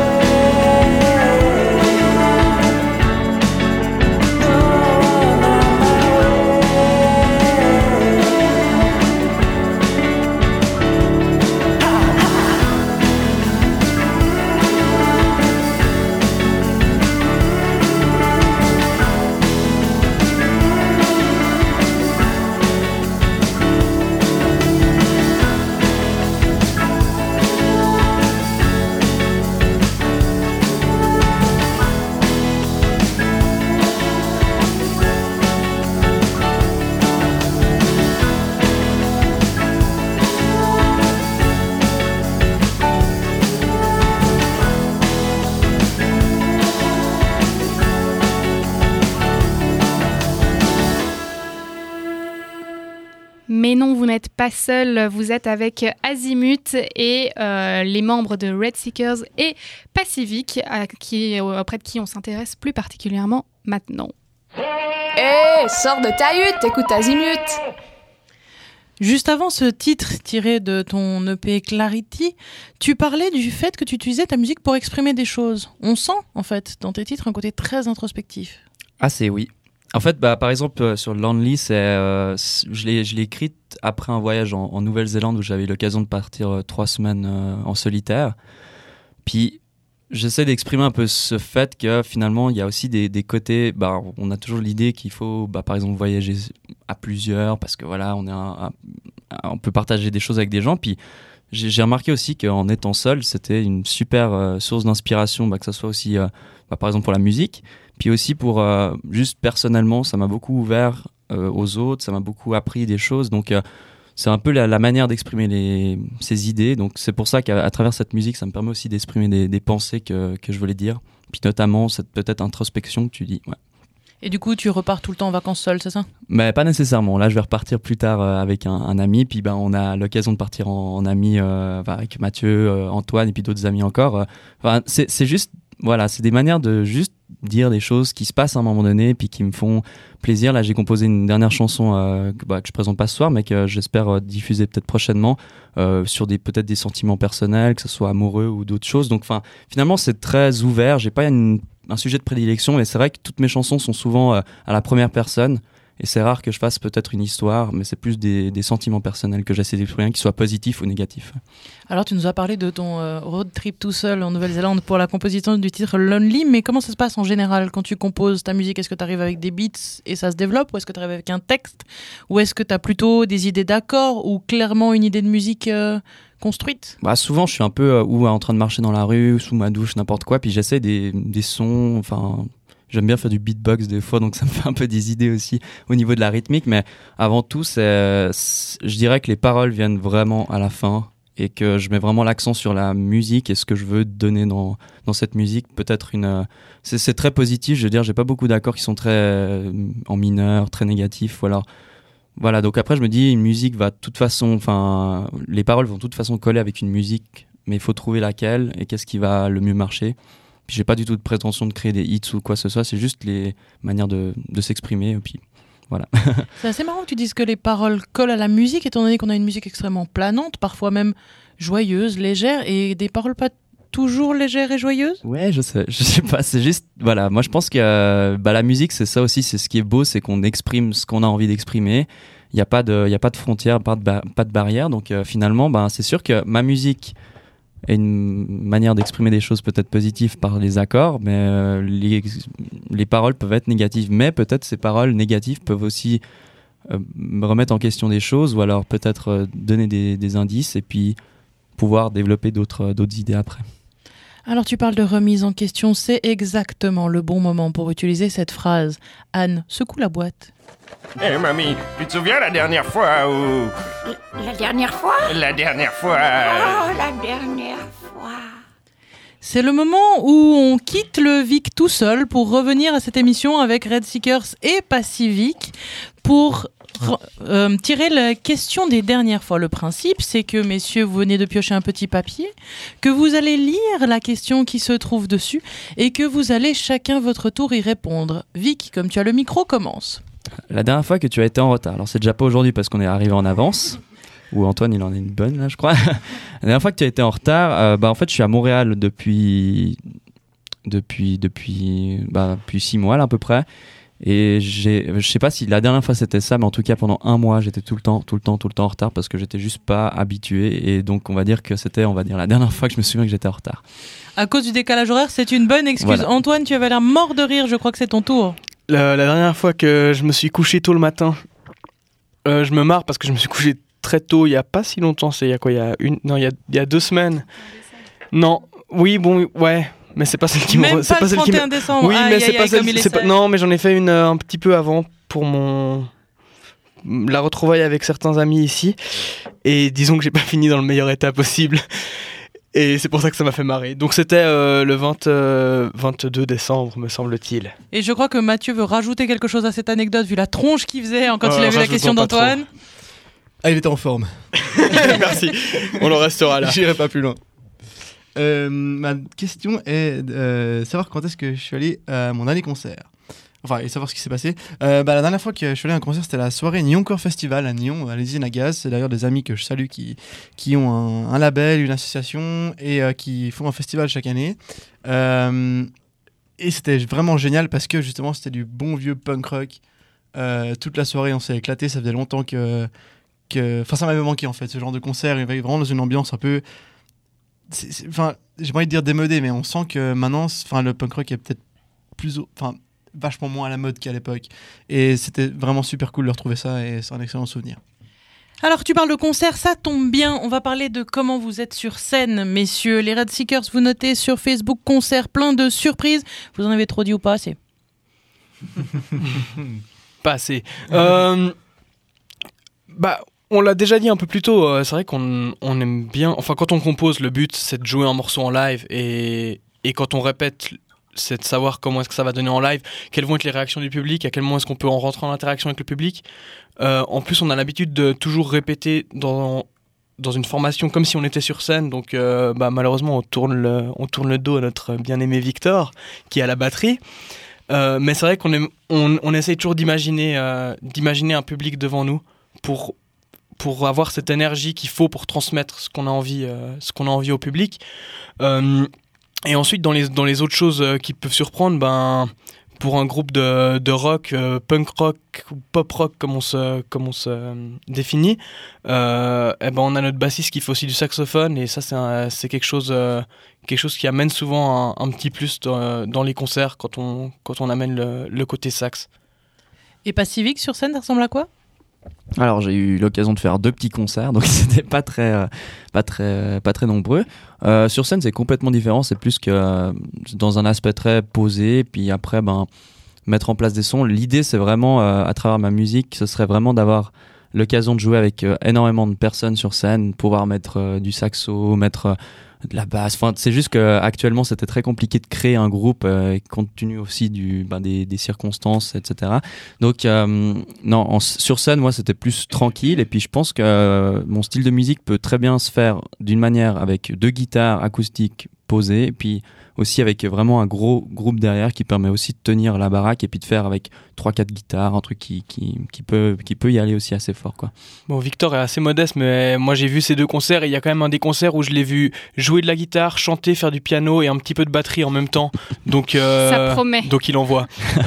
Speaker 1: Mais non, vous n'êtes pas seul, vous êtes avec Azimut et euh, les membres de Red Seekers et Pacific, à qui, auprès de qui on s'intéresse plus particulièrement maintenant.
Speaker 13: Hé, hey, sors de ta hutte, écoute Azimut.
Speaker 2: Juste avant ce titre tiré de ton E P Clarity, tu parlais du fait que tu utilisais ta musique pour exprimer des choses. On sent, en fait, dans tes titres, un côté très introspectif.
Speaker 14: Ah, c'est oui. En fait, bah, par exemple, euh, sur Lonely, c'est, euh, je l'ai, je l'ai écrite après un voyage en, en Nouvelle-Zélande où j'avais eu l'occasion de partir euh, trois semaines euh, en solitaire. Puis, j'essaie d'exprimer un peu ce fait que finalement, il y a aussi des, des côtés. Bah, on a toujours l'idée qu'il faut, bah, par exemple, voyager à plusieurs parce que voilà, on est un, un, on peut partager des choses avec des gens. Puis, j'ai, j'ai remarqué aussi qu'en étant seul, c'était une super euh, source d'inspiration, bah, que ça soit aussi, euh, bah, par exemple, pour la musique. Puis aussi pour, euh, juste personnellement, ça m'a beaucoup ouvert euh, aux autres, ça m'a beaucoup appris des choses. Donc, euh, c'est un peu la, la manière d'exprimer les, ces idées. Donc, c'est pour ça qu'à à travers cette musique, ça me permet aussi d'exprimer des, des pensées que, que je voulais dire. Puis notamment, cette peut-être introspection que tu dis. Ouais.
Speaker 2: Et du coup, tu repars tout le temps en vacances seul, c'est ça ?
Speaker 14: Mais pas nécessairement. Là, je vais repartir plus tard euh, avec un, un ami. Puis ben, on a l'occasion de partir en, en ami euh, avec Mathieu, euh, Antoine et puis d'autres amis encore. Enfin, c'est, c'est juste... Voilà, c'est des manières de juste dire des choses qui se passent à un moment donné puis qui me font plaisir. Là, j'ai composé une dernière chanson euh, que, bah, que je présente pas ce soir, mais que j'espère euh, diffuser peut-être prochainement euh, sur des, peut-être des sentiments personnels, que ce soit amoureux ou d'autres choses. Donc, enfin, finalement, c'est très ouvert. J'ai pas une, un sujet de prédilection, mais c'est vrai que toutes mes chansons sont souvent euh, à la première personne. Et c'est rare que je fasse peut-être une histoire, mais c'est plus des, des sentiments personnels que j'essaie d'exprimer, qu'ils soient positifs ou négatifs.
Speaker 2: Alors, tu nous as parlé de ton euh, road trip tout seul en Nouvelle-Zélande pour la composition du titre Lonely, mais comment ça se passe en général quand tu composes ta musique ? Est-ce que tu arrives avec des beats et ça se développe, ou est-ce que tu arrives avec un texte, ou est-ce que tu as plutôt des idées d'accords, ou clairement une idée de musique euh, construite ?
Speaker 14: Bah, souvent, je suis un peu euh, ou en train de marcher dans la rue, sous ma douche, n'importe quoi, puis j'essaie des, des sons, enfin... J'aime bien faire du beatbox des fois, donc ça me fait un peu des idées aussi au niveau de la rythmique. Mais avant tout, c'est, c'est, je dirais que les paroles viennent vraiment à la fin et que je mets vraiment l'accent sur la musique et ce que je veux donner dans, dans cette musique. Peut-être une... C'est, c'est très positif, je veux dire, j'ai pas beaucoup d'accords qui sont très euh, en mineur, très négatifs. Ou alors, voilà, donc après je me dis, une musique va de toute façon... Enfin, les paroles vont de toute façon coller avec une musique, mais il faut trouver laquelle et qu'est-ce qui va le mieux marcher. Puis j'ai pas du tout de prétention de créer des hits ou quoi que ce soit, c'est juste les manières de, de s'exprimer, et puis voilà.
Speaker 2: C'est assez marrant que tu dises que les paroles collent à la musique, étant donné qu'on a une musique extrêmement planante, parfois même joyeuse, légère, et des paroles pas toujours légères et joyeuses.
Speaker 14: Ouais, je sais, je sais pas, c'est juste, voilà, moi je pense que euh, bah, la musique c'est ça aussi, c'est ce qui est beau, c'est qu'on exprime ce qu'on a envie d'exprimer, il n'y a pas de, il y a pas de frontières, pas de, ba- pas de barrières, donc euh, finalement, bah, c'est sûr que ma musique et une manière d'exprimer des choses peut-être positives par les accords, mais euh, les, les paroles peuvent être négatives. Mais peut-être ces paroles négatives peuvent aussi euh, me remettre en question des choses ou alors peut-être euh, donner des, des indices et puis pouvoir développer d'autres, d'autres idées après.
Speaker 2: Alors tu parles de remise en question, c'est exactement le bon moment pour utiliser cette phrase. Anne, secoue la boîte.
Speaker 10: Hé hey, mamie, tu te souviens la dernière fois où...
Speaker 15: La dernière fois
Speaker 10: La dernière fois...
Speaker 15: Oh, la dernière fois...
Speaker 2: C'est le moment où on quitte le Vic tout seul pour revenir à cette émission avec Red Seekers et Pacific pour euh, tirer la question des dernières fois. Le principe, c'est que, messieurs, vous venez de piocher un petit papier, que vous allez lire la question qui se trouve dessus et que vous allez chacun votre tour y répondre. Vic, comme tu as le micro, commence.
Speaker 14: La dernière fois que tu as été en retard, alors c'est déjà pas aujourd'hui parce qu'on est arrivé en avance, ou Antoine il en a une bonne là je crois. La dernière fois que tu as été en retard, euh, bah en fait je suis à Montréal depuis depuis depuis bah depuis six mois là à peu près, et j'ai je sais pas si la dernière fois c'était ça, mais en tout cas pendant un mois j'étais tout le temps tout le temps tout le temps en retard parce que j'étais juste pas habitué, et donc on va dire que c'était on va dire la dernière fois que je me souviens que j'étais en retard.
Speaker 2: À cause du décalage horaire, c'est une bonne excuse.
Speaker 14: Voilà.
Speaker 2: Antoine, tu avais l'air mort de rire, je crois que c'est ton tour.
Speaker 16: La, la dernière fois que je me suis couché tôt le matin, euh, je me marre parce que je me suis couché très tôt, il y a pas si longtemps, c'est il y a quoi, il y a une, non, il y a, il y a deux semaines. Non, oui, bon, ouais, mais c'est pas celle qui me,
Speaker 2: Même
Speaker 16: c'est
Speaker 2: pas
Speaker 16: pas
Speaker 2: le
Speaker 16: celle qui
Speaker 2: trente et un
Speaker 16: me,
Speaker 2: décembre.
Speaker 16: oui,
Speaker 2: Aïe,
Speaker 16: mais
Speaker 2: aïe,
Speaker 16: c'est
Speaker 2: aïe,
Speaker 16: pas celle,
Speaker 2: comme il est
Speaker 16: c'est pas,
Speaker 2: sage.
Speaker 16: non, mais j'en ai fait une euh, un petit peu avant pour mon la retrouvaille avec certains amis ici, et disons que j'ai pas fini dans le meilleur état possible. Et c'est pour ça que ça m'a fait marrer. Donc c'était euh, le vingt, euh, vingt-deux décembre, me semble-t-il.
Speaker 2: Et je crois que Mathieu veut rajouter quelque chose à cette anecdote, vu la tronche qu'il faisait quand
Speaker 5: Euh,
Speaker 2: il a vu la question
Speaker 5: rajoutons pas
Speaker 2: d'Antoine.
Speaker 5: Ah, il était en forme.
Speaker 16: Merci, on en restera là.
Speaker 5: J'irai pas plus loin. Euh, ma question est de euh, savoir quand est-ce que je suis allé à mon dernier concert. Enfin, et savoir ce qui s'est passé. Euh, bah, la dernière fois que je suis allé à un concert, c'était la soirée Nyoncore Festival à Nyon, à l'usine à gaz. C'est d'ailleurs des amis que je salue qui, qui ont un, un label, une association et euh, qui font un festival chaque année. Euh, et c'était vraiment génial parce que justement, c'était du bon vieux punk rock. Euh, toute la soirée, on s'est éclaté. Ça faisait longtemps que. que... Enfin, ça m'avait manqué en fait, ce genre de concert. Il va vraiment dans une ambiance un peu. Enfin, j'ai pas envie de dire démodé, mais on sent que maintenant, le punk rock est peut-être plus. Enfin, vachement moins à la mode qu'à l'époque, et c'était vraiment super cool de retrouver ça, et c'est un excellent souvenir.
Speaker 2: Alors tu parles de concert, ça tombe bien, on va parler de comment vous êtes sur scène, messieurs. Les Red Seekers, vous notez sur Facebook concert plein de surprises. Vous en avez trop dit ou pas assez?
Speaker 16: Pas assez. euh, bah on l'a déjà dit un peu plus tôt, euh, c'est vrai qu'on on aime bien, enfin quand on compose, le but c'est de jouer un morceau en live, et, et quand on répète, c'est de savoir comment est-ce que ça va donner en live, quelles vont être les réactions du public, à quel moment est-ce qu'on peut en rentrer en interaction avec le public. Euh, en plus, on a l'habitude de toujours répéter dans, dans une formation comme si on était sur scène, donc euh, bah, malheureusement on tourne, le, on tourne le dos à notre bien-aimé Victor, qui est à la batterie. Euh, mais c'est vrai qu'on aime, on, on essaye toujours d'imaginer, euh, d'imaginer un public devant nous pour, pour avoir cette énergie qu'il faut pour transmettre ce qu'on a envie, euh, ce qu'on a envie au public. Euh, Et ensuite, dans les, dans les autres choses euh, qui peuvent surprendre, ben, pour un groupe de, de rock, euh, punk rock ou pop rock, comme on se, comme on se euh, définit, euh, eh ben, on a notre bassiste qui fait aussi du saxophone, et ça, c'est, un, c'est quelque, chose, euh, quelque chose qui amène souvent un, un petit plus dans, dans les concerts quand on, quand on amène le, le côté sax.
Speaker 2: Et Pacific sur scène, ça ressemble à quoi ?
Speaker 14: Alors j'ai eu l'occasion de faire deux petits concerts, donc c'était pas très, euh, pas très, pas très nombreux. Euh, sur scène c'est complètement différent, c'est plus que euh, dans un aspect très posé, puis après ben mettre en place des sons. L'idée c'est vraiment euh, à travers ma musique, ce serait vraiment d'avoir l'occasion de jouer avec euh, énormément de personnes sur scène, pouvoir mettre euh, du saxo, mettre euh, de la basse. Enfin, c'est juste qu'actuellement c'était très compliqué de créer un groupe euh, compte tenu aussi du, ben, des, des circonstances, et cetera. Donc euh, non, en, sur scène moi c'était plus tranquille, et puis je pense que euh, mon style de musique peut très bien se faire d'une manière avec deux guitares acoustiques posées, et puis aussi avec vraiment un gros groupe derrière qui permet aussi de tenir la baraque, et puis de faire avec trois quatre guitares, un truc qui, qui, qui, peut, qui peut y aller aussi assez fort, quoi.
Speaker 16: Bon, Victor est assez modeste, mais moi j'ai vu ces deux concerts, et il y a quand même un des concerts où je l'ai vu jouer de la guitare, chanter, faire du piano et un petit peu de batterie en même temps. Donc, euh,
Speaker 1: ça promet.
Speaker 16: Donc il envoie.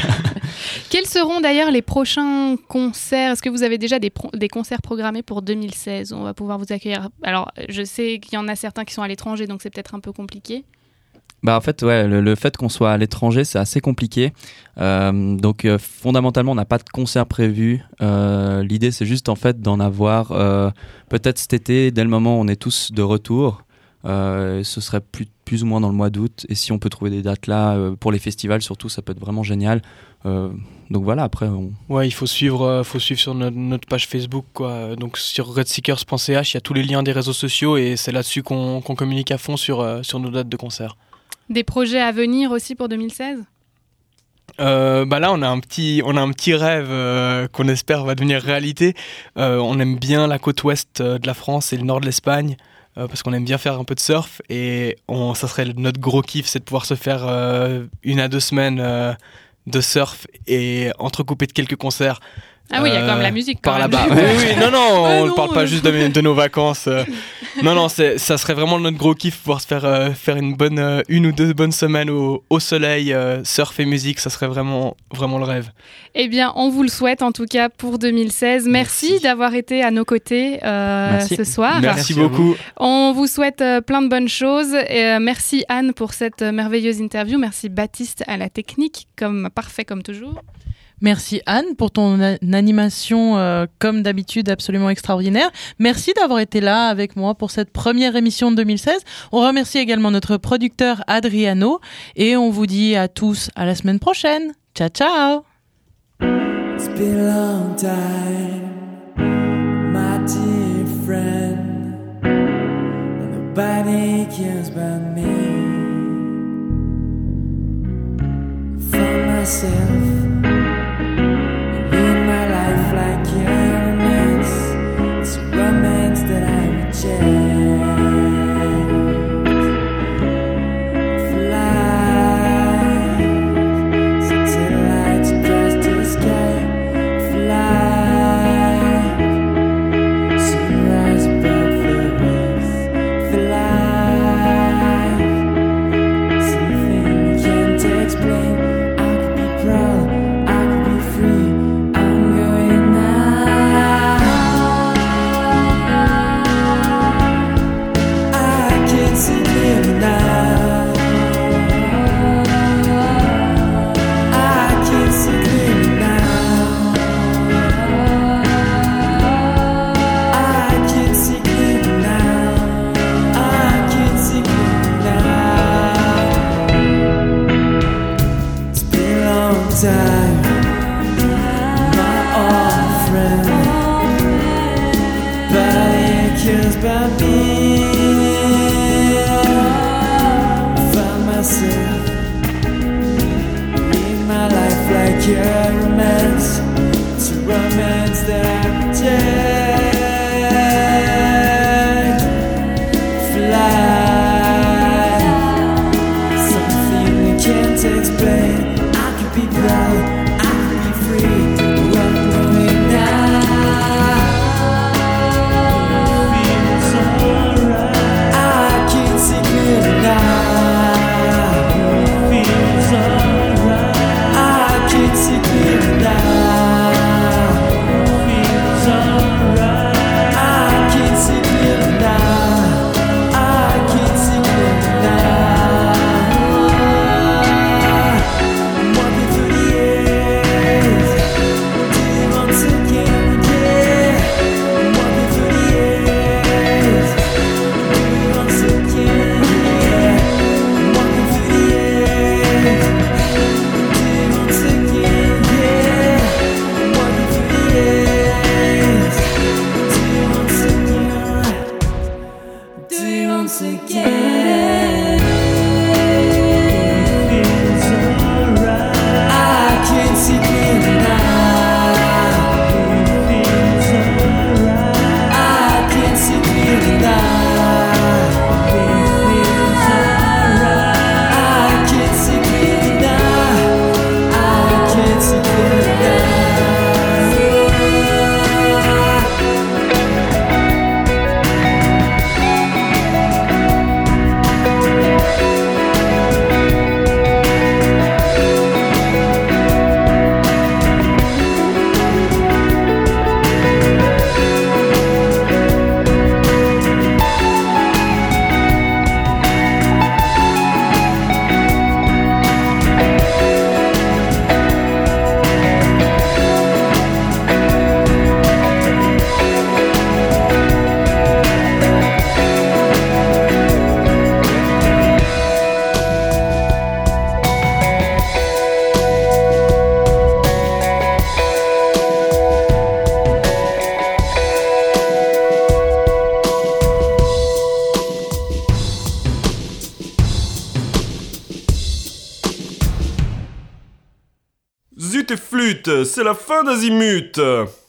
Speaker 1: Quels seront d'ailleurs les prochains concerts ? Est-ce que vous avez déjà des, pro- des concerts programmés pour deux mille seize ? On va pouvoir vous accueillir. Alors, je sais qu'il y en a certains qui sont à l'étranger, donc c'est peut-être un peu compliqué.
Speaker 14: Bah en fait ouais, le, le fait qu'on soit à l'étranger c'est assez compliqué, euh, donc euh, fondamentalement on n'a pas de concert prévu. Euh, l'idée c'est juste en fait d'en avoir euh, peut-être cet été, dès le moment où on est tous de retour, Euh, ce serait plus, plus ou moins dans le mois d'août. Et si on peut trouver des dates là, euh, pour les festivals surtout, ça peut être vraiment génial. Euh, donc voilà, après... On...
Speaker 16: Ouais, il faut suivre, euh, faut suivre sur notre, notre page Facebook, quoi. Donc sur redseekers point c h, il y a tous les liens des réseaux sociaux et c'est là-dessus qu'on, qu'on communique à fond sur, euh, sur nos dates de concert.
Speaker 1: Des projets à venir aussi pour deux mille seize ?
Speaker 16: Euh, bah là, on a un petit, on a un petit rêve euh, qu'on espère va devenir réalité. Euh, on aime bien la côte ouest euh, de la France et le nord de l'Espagne euh, parce qu'on aime bien faire un peu de surf et on, ça serait notre gros kiff, c'est de pouvoir se faire euh, une à deux semaines euh, de surf et entrecoupé de quelques concerts.
Speaker 1: Ah oui, il y a quand même la musique.
Speaker 16: Par
Speaker 1: quand
Speaker 16: là-bas.
Speaker 1: même.
Speaker 16: Oui, oui, non, non,
Speaker 1: Ah
Speaker 16: on ne
Speaker 1: non,
Speaker 16: parle pas
Speaker 1: euh.
Speaker 16: juste de, de nos vacances. euh. Non, non, c'est, ça serait vraiment notre gros kiff, pouvoir se faire, euh, faire une, bonne, euh, une ou deux bonnes semaines au, au soleil, euh, surf et musique, ça serait vraiment, vraiment le rêve.
Speaker 1: Eh bien, on vous le souhaite en tout cas pour deux mille seize. Merci, Merci. d'avoir été à nos côtés euh, ce soir.
Speaker 16: Merci, merci beaucoup.
Speaker 1: On vous souhaite euh, plein de bonnes choses. Et, euh, merci Anne pour cette euh, merveilleuse interview. Merci Baptiste à la technique, comme parfait comme toujours.
Speaker 2: Merci Anne pour ton a- animation, euh, comme d'habitude, absolument extraordinaire. Merci d'avoir été là avec moi pour cette première émission de deux mille seize. On remercie également notre producteur Adriano et on vous dit à tous à la semaine prochaine. Ciao, ciao.
Speaker 12: It's been a long time, my dear friend. Nobody cares about me. For myself. In my life like a romance, it's a romance that I reject. Fly, satellites across the sky. Fly, sunrise above the waves. Fly, something you can't explain. I could be proud, I could be free. Time, my old friend, nobody cares about me. Found myself in my life like a romance. It's a romance that I reject. Fly, something we can't explain. Be proud, I can be free. Where I'm going now feels alright. I can see clearly now. Feels alright. I can see clearly now. Feels alright. I can see clearly now. I can see clearly now.
Speaker 10: arrêtez tes flûtes, c'est la fin d'Azimut.